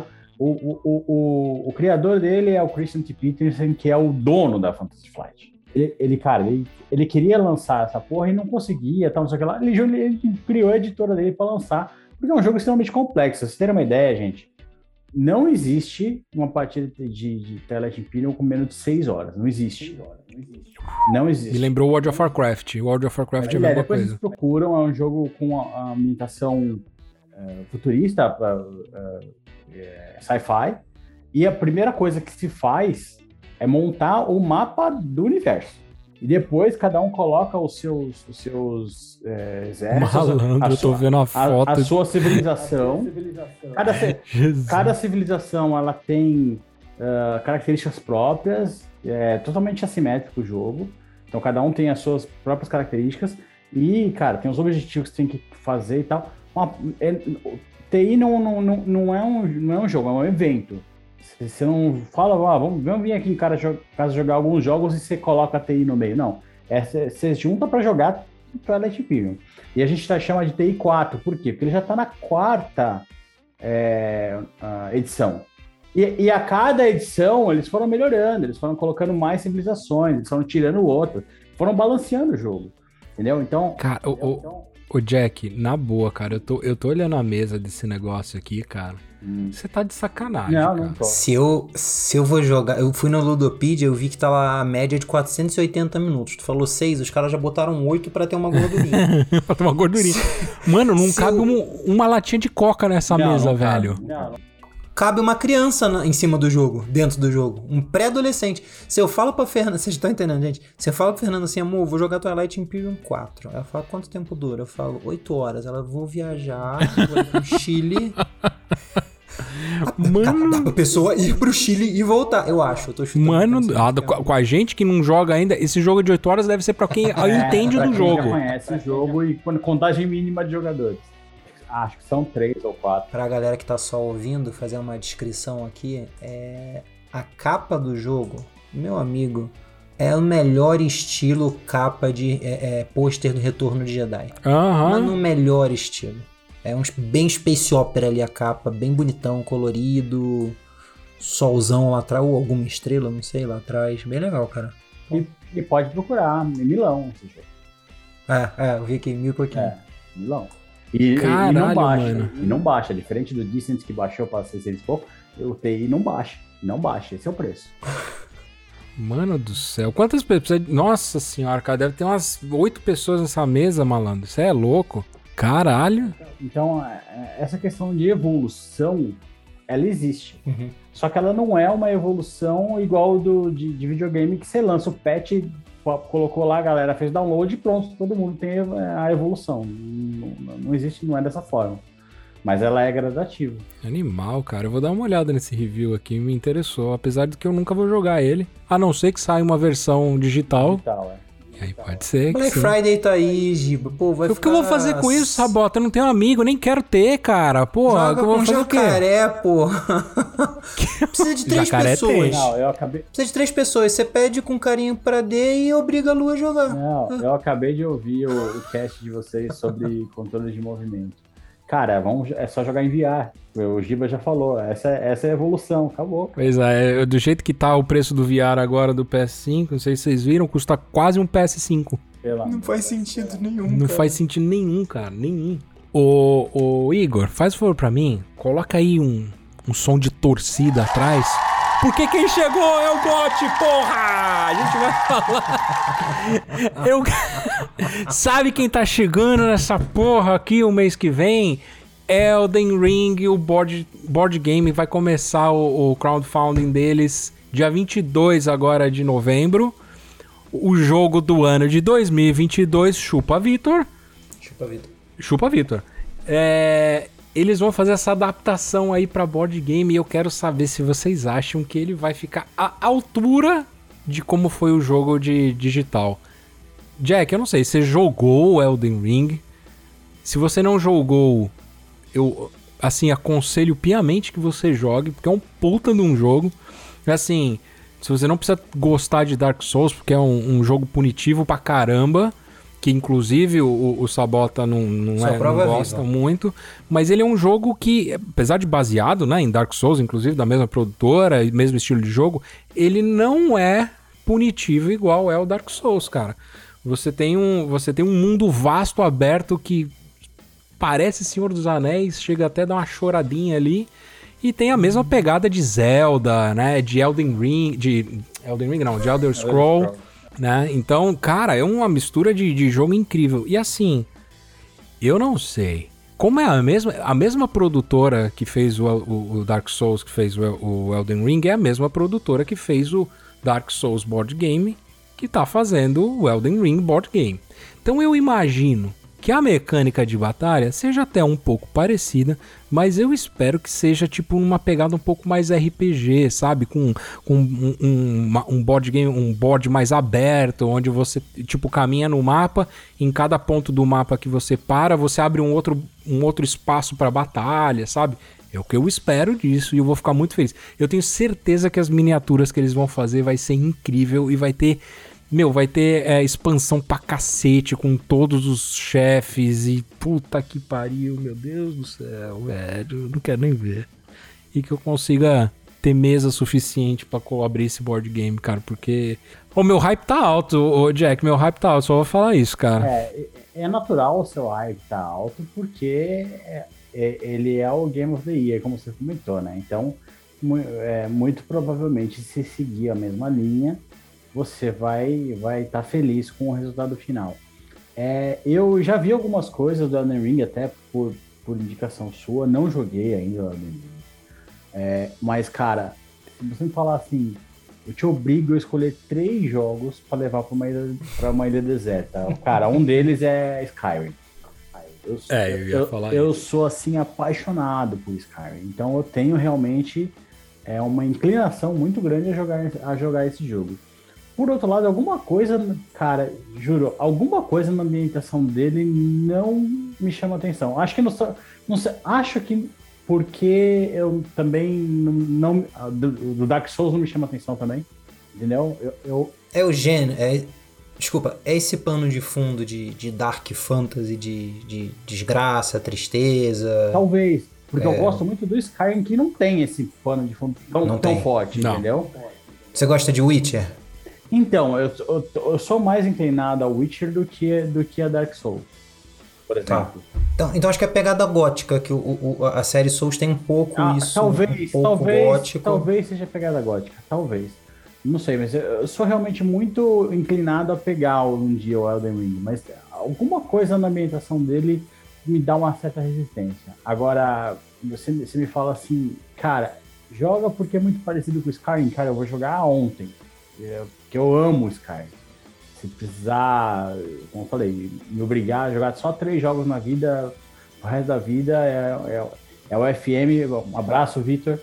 O criador dele é o Christian T. Peterson, que é o dono da Fantasy Flight. Ele queria lançar essa porra e não conseguia, tal, não sei o que lá. Ele criou a editora dele para lançar, porque é um jogo extremamente complexo. Pra vocês terem uma ideia, gente, não existe uma partida de Twilight Imperium com menos de 6 horas. Não existe. Não existe. Me lembrou World of Warcraft. World of Warcraft é a mesma depois coisa. Vocês procuram, é um jogo com a ambientação futurista, sci-fi, e a primeira coisa que se faz é montar o mapa do universo. E depois cada um coloca os seus exércitos. Malandro, eu tô vendo a foto. A sua civilização. Cada civilização ela tem características próprias, é totalmente assimétrico o jogo. Então cada um tem as suas próprias características. E, cara, tem os objetivos que você tem que fazer e tal. TI não é um jogo, é um evento. Você não fala, vamos vir aqui em casa jogar alguns jogos e você coloca a TI no meio. Não. Você junta para jogar Twilight Imperium. E a gente chama de TI 4. Por quê? Porque ele já está na 4ª edição. E a cada edição eles foram melhorando, eles foram colocando mais civilizações, eles foram tirando outras, foram balanceando o jogo. Entendeu? Então... Cara, Ô Jack, na boa, cara, eu tô olhando a mesa desse negócio aqui, cara. Você tá de sacanagem, não tô. Se eu vou jogar... Eu fui no Ludopedia, eu vi que tá lá a média de 480 minutos. Tu falou 6, os caras já botaram 8 pra ter uma gordurinha. Pra ter uma gordurinha. Mano, não cabe uma latinha de coca nessa mesa, velho. Não. Cabe uma criança em cima do jogo, dentro do jogo. Um pré-adolescente. Se eu falo pra Fernanda... Vocês estão entendendo, gente? Se eu falo pra Fernanda assim, amor, vou jogar Twilight Imperium 4. Ela fala, quanto tempo dura? Eu falo, 8 horas. Ela, vou viajar, vou ir pro Chile. Mano... Dá pra pessoa ir pro Chile e voltar, eu acho. Eu tô chutando. Mano, com a gente que não joga ainda, esse jogo de 8 horas deve ser pra quem entende do jogo. Já conhece o jogo e contagem mínima de jogadores. Acho que são 3 ou 4. Pra galera que tá só ouvindo, fazer uma descrição aqui, a capa do jogo, meu amigo, é o melhor estilo capa de pôster do Retorno de Jedi. Mas no melhor estilo. É bem space opera ali a capa, bem bonitão, colorido, solzão lá atrás, ou alguma estrela, não sei, lá atrás. Bem legal, cara. E pode procurar, em Milão esse jogo. Eu vi aqui, 1000 e pouquinho. Milão. E não baixa, mano. E não baixa, diferente do Descent que baixou para 600 e pouco, o TI não baixa, esse é o preço. Mano do céu, quantas pessoas... Nossa senhora, cara, deve ter umas 8 pessoas nessa mesa, malandro, isso é louco. Caralho. Então, essa questão de evolução, ela existe. Uhum. Só que ela não é uma evolução igual de videogame que você lança o patch, colocou lá, a galera fez download e pronto, todo mundo tem a evolução. Não existe, não é dessa forma. Mas ela é gradativa. Animal, cara. Eu vou dar uma olhada nesse review aqui, me interessou. Apesar de que eu nunca vou jogar ele. A não ser que saia uma versão digital. E aí pode ser Black Friday tá aí, Giba. Pô, vai ficar... O que eu vou fazer com isso, Sabota? Eu não tenho amigo, nem quero ter, cara. Porra, joga eu vou com fazer jacaré, porra. Precisa de 3 pessoas. Não, eu acabei... Precisa de 3 pessoas. Você pede com carinho pra D e obriga a Lu a jogar. Não, eu acabei de ouvir o cast de vocês sobre controle de movimento. Cara, é só jogar em VR. O Giba já falou, essa é a evolução, acabou. Pois é, do jeito que tá o preço do VR agora do PS5, não sei se vocês viram, custa quase um PS5. Não faz sentido nenhum, Não faz sentido nenhum, cara, nenhum. Ô Igor, faz favor pra mim, coloca aí um som de torcida atrás. Porque quem chegou é o GOT, porra! A gente vai falar. Sabe quem tá chegando nessa porra aqui o mês que vem? Elden Ring, o board game, vai começar o crowdfunding deles dia 22 agora de novembro. O jogo do ano de 2022, Chupa Vitor. Eles vão fazer essa adaptação aí pra board game e eu quero saber se vocês acham que ele vai ficar à altura de como foi o jogo de digital. Jack, eu não sei, você jogou o Elden Ring? Se você não jogou, eu assim aconselho piamente que você jogue, porque é um puta de um jogo. Assim, se você não precisa gostar de Dark Souls, porque é um jogo punitivo pra caramba, que inclusive o Sabota não gosta muito, mas ele é um jogo que, apesar de baseado, né, em Dark Souls, inclusive, da mesma produtora e mesmo estilo de jogo, ele não é punitivo igual é o Dark Souls, cara. Você tem um mundo vasto, aberto, que parece Senhor dos Anéis, chega até a dar uma choradinha ali, e tem a mesma pegada de Zelda, né, de Elder Scroll, né? Então, cara, é uma mistura de jogo incrível. E assim, eu não sei. Como é a mesma produtora que fez o Dark Souls, que fez o Elden Ring, é a mesma produtora que fez o Dark Souls Board Game, que tá fazendo o Elden Ring Board Game. Então eu imagino que a mecânica de batalha seja até um pouco parecida, mas eu espero que seja tipo uma pegada um pouco mais RPG, sabe? Com um board game, um board mais aberto, onde você tipo caminha no mapa, em cada ponto do mapa que você para, você abre um outro espaço para batalha, sabe? É o que eu espero disso e eu vou ficar muito feliz. Eu tenho certeza que as miniaturas que eles vão fazer vai ser incrível e vai ter expansão pra cacete com todos os chefes e puta que pariu, meu Deus do céu, velho, eu não quero nem ver. E que eu consiga ter mesa suficiente pra abrir esse board game, cara, porque o meu hype tá alto, Jack, meu hype tá alto, só vou falar isso, cara. É natural o seu hype tá alto porque ele é o Game of the Year, como você comentou, né? Então, muito provavelmente, se seguir a mesma linha, você vai estar feliz com o resultado final. Eu já vi algumas coisas do Elden Ring, até por indicação sua, não joguei ainda o Elden Ring. Mas, cara, se você me falar assim, eu te obrigo a escolher 3 jogos para levar para uma ilha deserta. Cara, um deles é Skyrim. eu ia falar eu isso. sou, assim, apaixonado por Skyrim. Então eu tenho realmente uma inclinação muito grande a jogar esse jogo. Por outro lado, alguma coisa, cara, juro, alguma coisa na ambientação dele não me chama atenção. Acho que não sei, acho que porque eu também não do Dark Souls não me chama atenção também, entendeu? É o desculpa, é esse pano de fundo de Dark Fantasy, de desgraça, tristeza. Talvez, porque eu gosto muito do Skyrim que não tem esse pano de fundo tão forte, entendeu? Você gosta de Witcher? Então, eu sou mais inclinado a Witcher do que a Dark Souls, por exemplo. Tá. Então acho que é a pegada gótica, que a série Souls tem um pouco isso. Talvez, um pouco gótico. Talvez seja a pegada gótica, talvez. Não sei, mas eu sou realmente muito inclinado a pegar um dia o Elden Ring, mas alguma coisa na ambientação dele me dá uma certa resistência. Agora, você me fala assim, cara, joga porque é muito parecido com o Skyrim. Cara, eu vou jogar ontem. Porque eu amo Skyrim. Se precisar, como eu falei, me obrigar a jogar só 3 jogos na vida, o resto da vida é o FM, um abraço, Victor,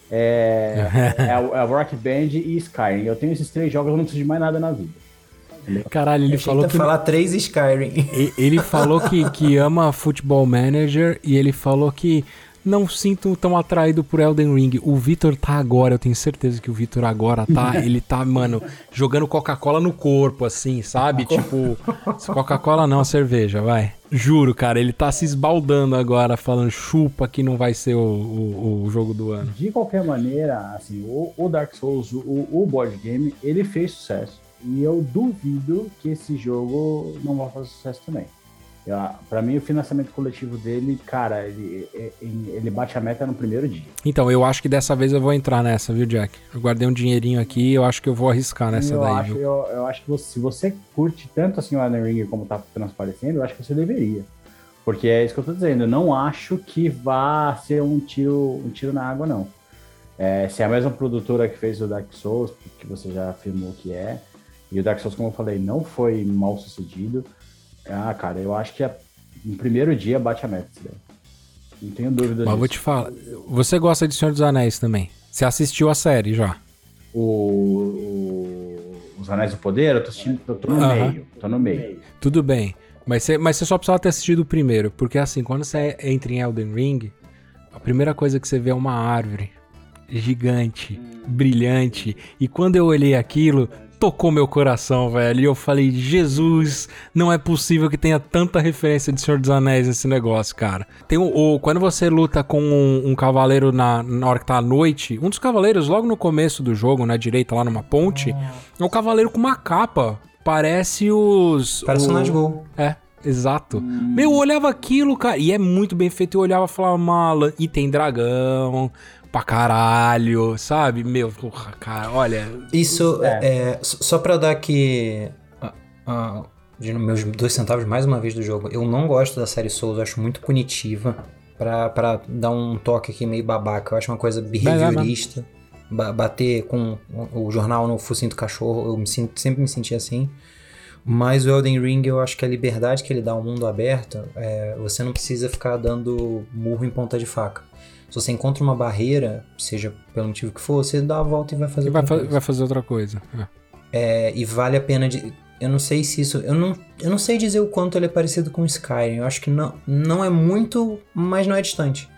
é o Rock Band e Skyrim. Eu tenho esses 3 jogos, eu não preciso de mais nada na vida. Caralho, ele falou que... falar 3 Skyrim. Ele falou que ama Football Manager e ele falou que não sinto tão atraído por Elden Ring. O Vitor tá agora, eu tenho certeza que o Vitor agora tá, ele tá, mano, jogando Coca-Cola no corpo, assim, sabe? Tipo, Coca-Cola não, cerveja, vai. Juro, cara, ele tá se esbaldando agora, falando chupa que não vai ser o jogo do ano. De qualquer maneira, assim, o Dark Souls, o board game, ele fez sucesso. E eu duvido que esse jogo não vai fazer sucesso também. Pra mim, o financiamento coletivo dele, cara, ele bate a meta no primeiro dia. Então, eu acho que dessa vez eu vou entrar nessa, viu, Jack? Eu guardei um dinheirinho aqui e eu acho que eu vou arriscar nessa daí. Eu acho que se você curte tanto assim o Elden Ring como tá transparecendo, eu acho que você deveria. Porque é isso que eu tô dizendo. Eu não acho que vá ser um tiro na água, não. Se é a mesma produtora que fez o Dark Souls, que você já afirmou que é, e o Dark Souls, como eu falei, não foi mal sucedido. Cara, eu acho que no primeiro dia bate a meta. Não tenho dúvida disso. Mas vou te falar, você gosta de Senhor dos Anéis também? Você assistiu a série já? Os Anéis do Poder? Eu tô assistindo, tô no meio. Tudo bem, mas você só precisava ter assistido o primeiro, porque assim, quando você entra em Elden Ring, a primeira coisa que você vê é uma árvore gigante, brilhante, e quando eu olhei aquilo... tocou meu coração, velho, e eu falei, Jesus, não é possível que tenha tanta referência de Senhor dos Anéis nesse negócio, cara. Tem quando você luta com um cavaleiro na hora que tá à noite, um dos cavaleiros logo no começo do jogo, na direita, lá numa ponte, é um cavaleiro com uma capa, parece o Nazgûl. Exato. Eu olhava aquilo, cara, e é muito bem feito, eu olhava e falava, mala, e tem dragão... pra caralho, sabe? Meu, porra, cara, olha... Isso, só pra dar aqui meus 2 centavos mais uma vez do jogo, eu não gosto da série Souls, eu acho muito punitiva, pra dar um toque aqui meio babaca, eu acho uma coisa behaviorista, bater com o jornal no focinho do cachorro, eu sempre me senti assim, mas o Elden Ring, eu acho que a liberdade que ele dá ao mundo aberto, você não precisa ficar dando murro em ponta de faca. Se você encontra uma barreira, seja pelo motivo que for, você dá a volta e vai fazer outra coisa. Vai fazer outra coisa. E vale a pena... Eu não sei se isso... Eu não sei dizer o quanto ele é parecido com Skyrim. Eu acho que não é muito, mas não é distante.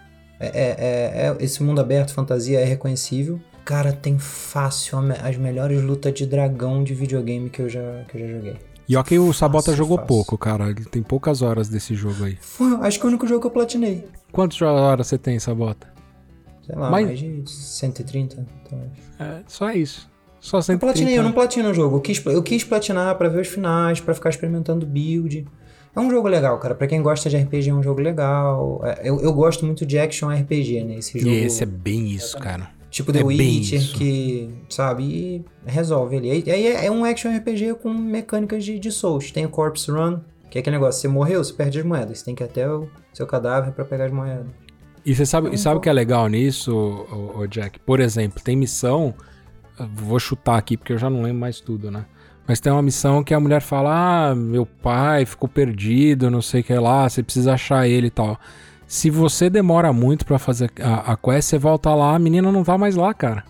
Esse mundo aberto, fantasia, é reconhecível. Cara, tem fácil as melhores lutas de dragão de videogame que eu já joguei. E ó que o Sabota jogou pouco, cara. Ele tem poucas horas desse jogo aí. Acho que é o único jogo que eu platinei. Quantas horas você tem, Sabota? Sei lá, mais de 130, talvez. Só isso. Só 130. Eu platinei, eu não platino o jogo. Eu quis platinar pra ver os finais, pra ficar experimentando build. É um jogo legal, cara. Pra quem gosta de RPG, é um jogo legal. Eu gosto muito de action RPG, né? Esse jogo... E esse é bem isso, cara. Tipo The Witcher, que, sabe, e resolve ali. Aí é um action RPG com mecânicas de Souls. Tem o Corpse Run, que é aquele negócio, você morreu, você perde as moedas. Você tem que ir até o seu cadáver pra pegar as moedas. E você sabe o que é legal nisso, Jack? Por exemplo, tem missão, vou chutar aqui porque eu já não lembro mais tudo, né? Mas tem uma missão que a mulher fala, meu pai ficou perdido, não sei o que lá, você precisa achar ele e tal. Se você demora muito pra fazer a quest, você volta lá, a menina não tá mais lá, cara.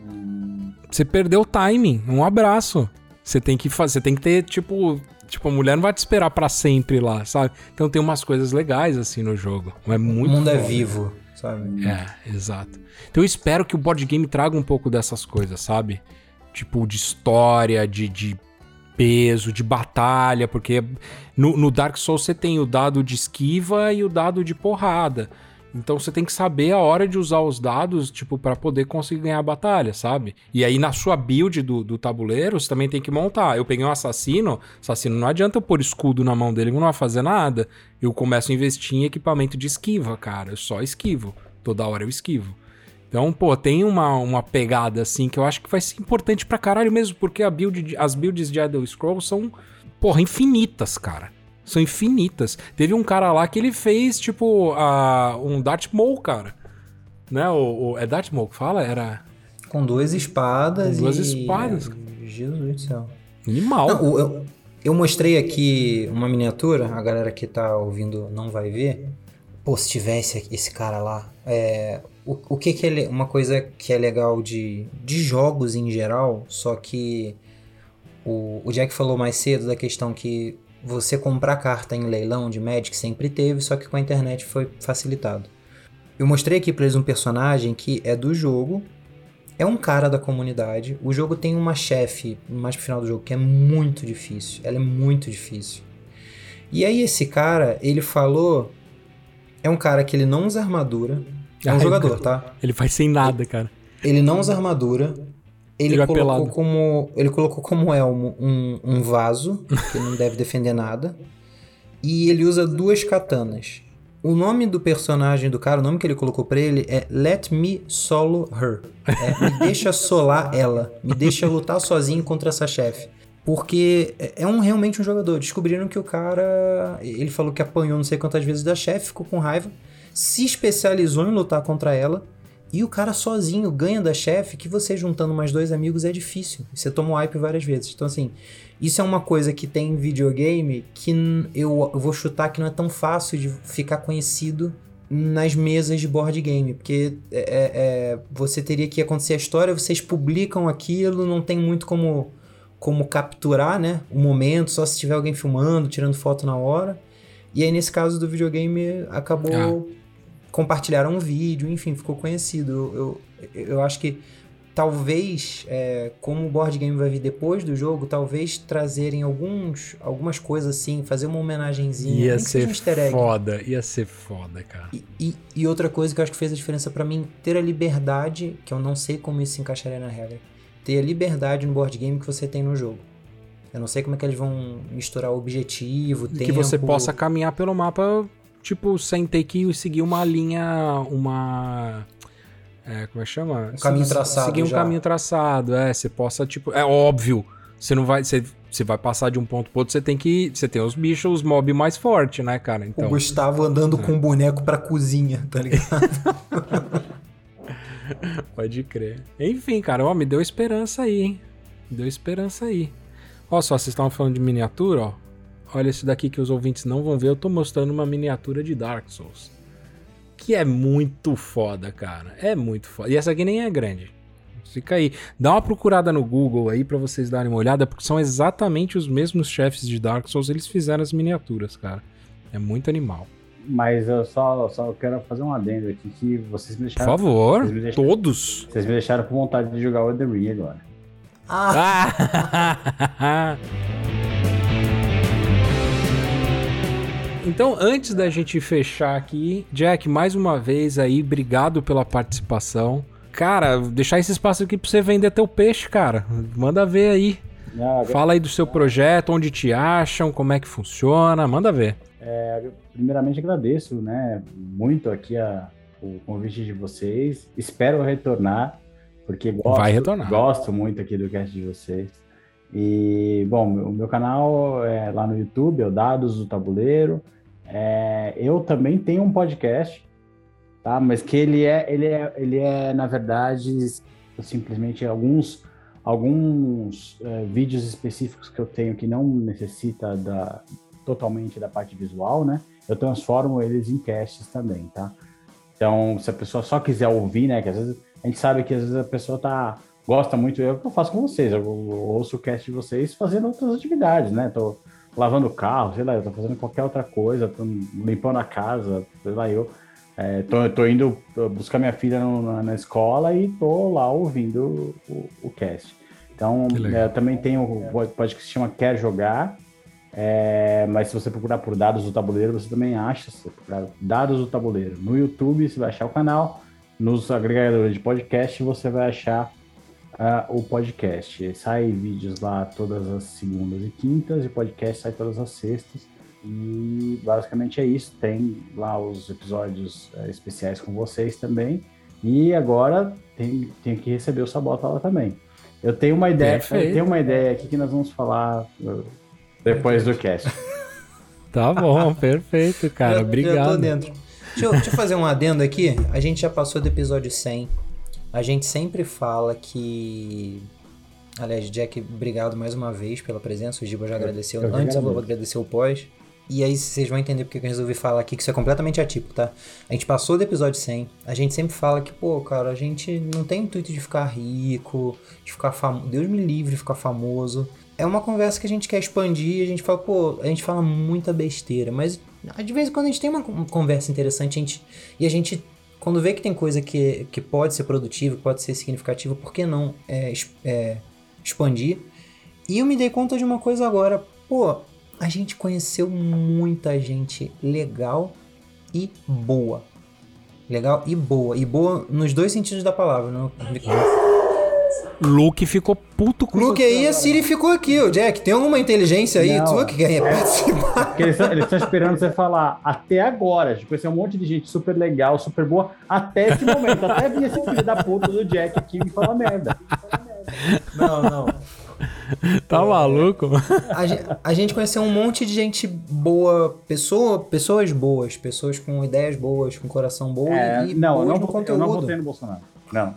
Você perdeu o timing, um abraço. Você tem que ter, tipo, a mulher não vai te esperar pra sempre lá, sabe? Então tem umas coisas legais, assim, no jogo. É muito o mundo foda. é vivo, sabe? Exato. Então eu espero que o board game traga um pouco dessas coisas, sabe? Tipo, de história, de peso, de batalha, porque no Dark Souls você tem o dado de esquiva e o dado de porrada. Então você tem que saber a hora de usar os dados, tipo, pra poder conseguir ganhar a batalha, sabe? E aí na sua build do tabuleiro, você também tem que montar. Eu peguei um assassino não adianta eu pôr escudo na mão dele, ele não vai fazer nada. Eu começo a investir em equipamento de esquiva, cara. Eu só esquivo. Toda hora eu esquivo. Então, pô, tem uma pegada assim que eu acho que vai ser importante pra caralho mesmo, porque as builds de Elder Scrolls são, porra, infinitas, cara. São infinitas. Teve um cara lá que ele fez, tipo, um Darth Maul, cara. Né? É Darth Maul que fala? Era... Com 2 espadas Com 2 espadas. Jesus do céu. Animal. Não, eu mostrei aqui uma miniatura, a galera que tá ouvindo não vai ver. Pô, se tivesse esse cara lá... O que é uma coisa que é legal de jogos em geral, só que o Jack falou mais cedo da questão que você comprar carta em leilão de Magic sempre teve, só que com a internet foi facilitado. Eu mostrei aqui pra eles um personagem que é do jogo, é um cara da comunidade, o jogo tem uma chefe mais pro final do jogo que é muito difícil, ela é muito difícil. E aí esse cara, ele falou, é um cara que ele não usa armadura, é um jogador, tá? Ele faz sem nada, cara. Ele não usa armadura. Ele colocou como elmo um vaso, que não deve defender nada. E ele usa 2 katanas. O nome do personagem do cara, o nome que ele colocou pra ele é Let Me Solo Her. Me deixa solar ela. Me deixa lutar sozinho contra essa chefe. Porque realmente um jogador. Descobriram que o cara... Ele falou que apanhou não sei quantas vezes da chefe, ficou com raiva. Se especializou em lutar contra ela. E o cara sozinho ganha da chefe, que você juntando mais 2 amigos é difícil. Você toma o wipe várias vezes. Então assim, isso é uma coisa que tem em videogame que eu vou chutar que não é tão fácil de ficar conhecido nas mesas de board game. Porque você teria que acontecer a história, vocês publicam aquilo, não tem muito como capturar, né, o momento, só se tiver alguém filmando, tirando foto na hora. E aí nesse caso do videogame acabou... Compartilharam um vídeo, enfim, ficou conhecido. Eu acho que talvez, como o board game vai vir depois do jogo, talvez trazerem algumas coisas assim, fazer uma homenagenzinha. Ia ser foda, cara. E outra coisa que eu acho que fez a diferença pra mim, ter a liberdade, que eu não sei como isso se encaixaria na regra, ter a liberdade no board game que você tem no jogo. Eu não sei como é que eles vão misturar o objetivo, tempo... Que você possa caminhar pelo mapa... Tipo, sem ter que seguir uma linha, como é que chama? Um caminho traçado. Seguir um caminho traçado, você possa, tipo... É óbvio, você não vai... Você vai passar de um ponto pro outro, você tem os bichos, os mob mais fortes, né, cara? Então, o Gustavo andando com um boneco pra cozinha, tá ligado? Pode crer. Enfim, cara, me deu esperança aí, hein? Deu esperança aí. Ó só, vocês estavam falando de miniatura, ó. Olha esse daqui que os ouvintes não vão ver. Eu tô mostrando uma miniatura de Dark Souls. Que é muito foda, cara. É muito foda. E essa aqui nem é grande. Fica aí. Dá uma procurada no Google aí pra vocês darem uma olhada, porque são exatamente os mesmos chefes de Dark Souls. Eles fizeram as miniaturas, cara. É muito animal. Mas eu só quero fazer um adendo aqui que vocês me deixaram... Por favor, todos. Vocês me deixaram com vontade de jogar o Elden Ring agora. Então, antes da gente fechar aqui, Jack, mais uma vez aí, obrigado pela participação. Cara, deixar esse espaço aqui pra você vender teu peixe, cara. Manda ver aí. Fala aí do seu projeto, onde te acham, como é que funciona, manda ver. Primeiramente agradeço, né, muito aqui o convite de vocês. Espero retornar, porque gosto muito aqui do cast de vocês. E, bom, o meu canal é lá no YouTube, é o Dados do Tabuleiro. Eu também tenho um podcast, tá? Mas que ele é na verdade, simplesmente alguns alguns vídeos específicos que eu tenho que não necessita totalmente da parte visual, né? Eu transformo eles em casts também, tá? Então, se a pessoa só quiser ouvir, né? Que às vezes a gente sabe que às vezes a pessoa gosta muito, é o que eu faço com vocês. Eu ouço o cast de vocês fazendo outras atividades, né? Tô lavando o carro, sei lá, eu tô fazendo qualquer outra coisa, tô limpando a casa, sei lá, tô indo buscar minha filha na escola e tô lá ouvindo o cast. Então, também tem o podcast que se chama Quer Jogar, mas se você procurar por Dados do Tabuleiro, você também acha. Se você procurar Dados do Tabuleiro no YouTube, você vai achar o canal. Nos agregadores de podcast, você vai achar o podcast. Sai vídeos lá todas as segundas e quintas, e o podcast sai todas as sextas. E basicamente é isso. Tem lá os episódios especiais com vocês também. E agora tem que receber o Sabota lá também. Eu tenho uma ideia aqui que nós vamos falar depois do cast. Tá bom, perfeito, cara. Obrigado. Eu tô dentro. Deixa eu fazer um adendo aqui. A gente já passou do episódio 100. A gente sempre fala que... Aliás, Jack, obrigado mais uma vez pela presença. O Giba já agradeceu. Antes eu vou agradecer o pós. E aí vocês vão entender porque eu resolvi falar aqui que isso é completamente atípico, tá? A gente passou do episódio 100. A gente sempre fala que, cara, a gente não tem intuito de ficar rico, de ficar famoso. Deus me livre de ficar famoso. É uma conversa que a gente quer expandir. A gente fala, a gente fala muita besteira. Mas de vez em quando a gente tem uma conversa interessante. E a gente, quando vê que tem coisa que pode ser produtiva, pode ser significativa, por que não expandir? E eu me dei conta de uma coisa agora. A gente conheceu muita gente legal e boa. Legal e boa. E boa nos dois sentidos da palavra. Não? Luke ficou puto com Luke aí, a Siri ficou aqui. O Jack, tem alguma inteligência aí? Tu que quer participar? Porque eles estão esperando você falar até agora. A gente conheceu um monte de gente super legal, super boa, até esse momento. Até vir esse filho da puta do Jack aqui me falar merda. Não. Tá maluco? A gente conheceu um monte de gente boa, pessoas boas, pessoas com ideias boas, com coração bom e não, boas no conteúdo. Eu não votei no Bolsonaro. Não.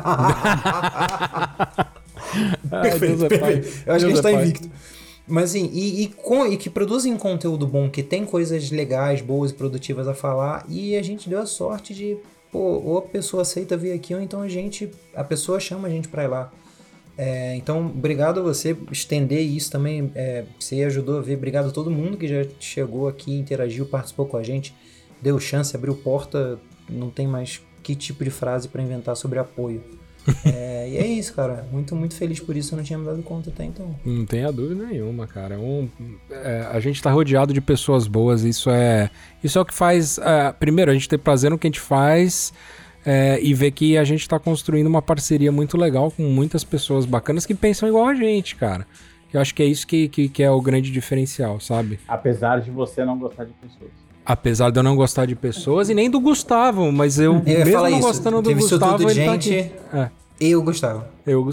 Perfeito. Eu acho que a gente tá invicto. Mas assim, e que produzem conteúdo bom, que tem coisas legais, boas e produtivas a falar, e a gente deu a sorte de, ou a pessoa aceita vir aqui, ou então a pessoa chama a gente pra ir lá. Então, obrigado a você estender isso também, você ajudou a ver, obrigado a todo mundo que já chegou aqui, interagiu, participou com a gente, deu chance, abriu porta, não tem mais que tipo de frase para inventar sobre apoio. E é isso, cara, muito, muito feliz por isso, eu não tinha me dado conta até então. Não tenha dúvida nenhuma, cara. A gente tá rodeado de pessoas boas, isso é o que faz, primeiro, a gente ter prazer no que a gente faz, e ver que a gente tá construindo uma parceria muito legal com muitas pessoas bacanas que pensam igual a gente, cara. Eu acho que é isso que é o grande diferencial, sabe? Apesar de você não gostar de pessoas. Apesar de eu não gostar de pessoas e nem do Gustavo, mas eu mesmo não gostando do Gustavo, ele tá aqui. Eu gostava.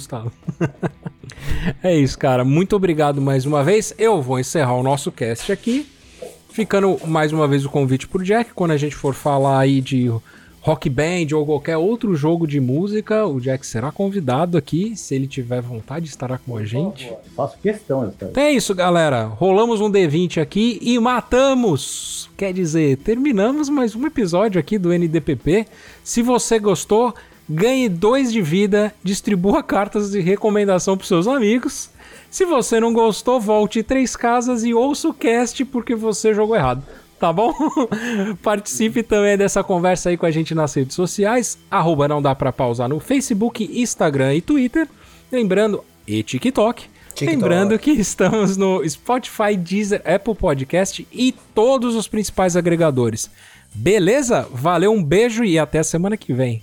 É isso, cara. Muito obrigado mais uma vez. Eu vou encerrar o nosso cast aqui, ficando mais uma vez o convite pro Jack, quando a gente for falar aí de Rock Band ou qualquer outro jogo de música, o Jack será convidado aqui, se ele tiver vontade, estará com a gente. Faço questão. Então é isso, galera. Rolamos um D20 aqui e matamos. Quer dizer, terminamos mais um episódio aqui do NDPP. Se você gostou, ganhe 2 de vida, distribua cartas de recomendação para seus amigos. Se você não gostou, volte 3 casas e ouça o cast porque você jogou errado. Tá bom? Participe também dessa conversa aí com a gente nas redes sociais, @não dá pra pausar no Facebook, Instagram e Twitter. Lembrando, e TikTok. Lembrando que estamos no Spotify, Deezer, Apple Podcast e todos os principais agregadores. Beleza? Valeu, um beijo e até a semana que vem.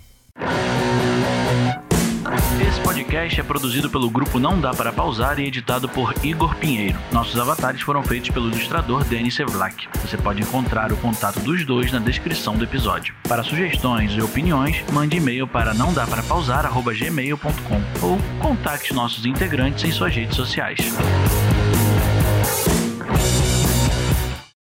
Esse podcast é produzido pelo grupo Não Dá Para Pausar e editado por Igor Pinheiro. Nossos avatares foram feitos pelo ilustrador Denis Sevlak. Você pode encontrar o contato dos dois na descrição do episódio. Para sugestões e opiniões, mande e-mail para nãodaparapausar@gmail.com ou contacte nossos integrantes em suas redes sociais.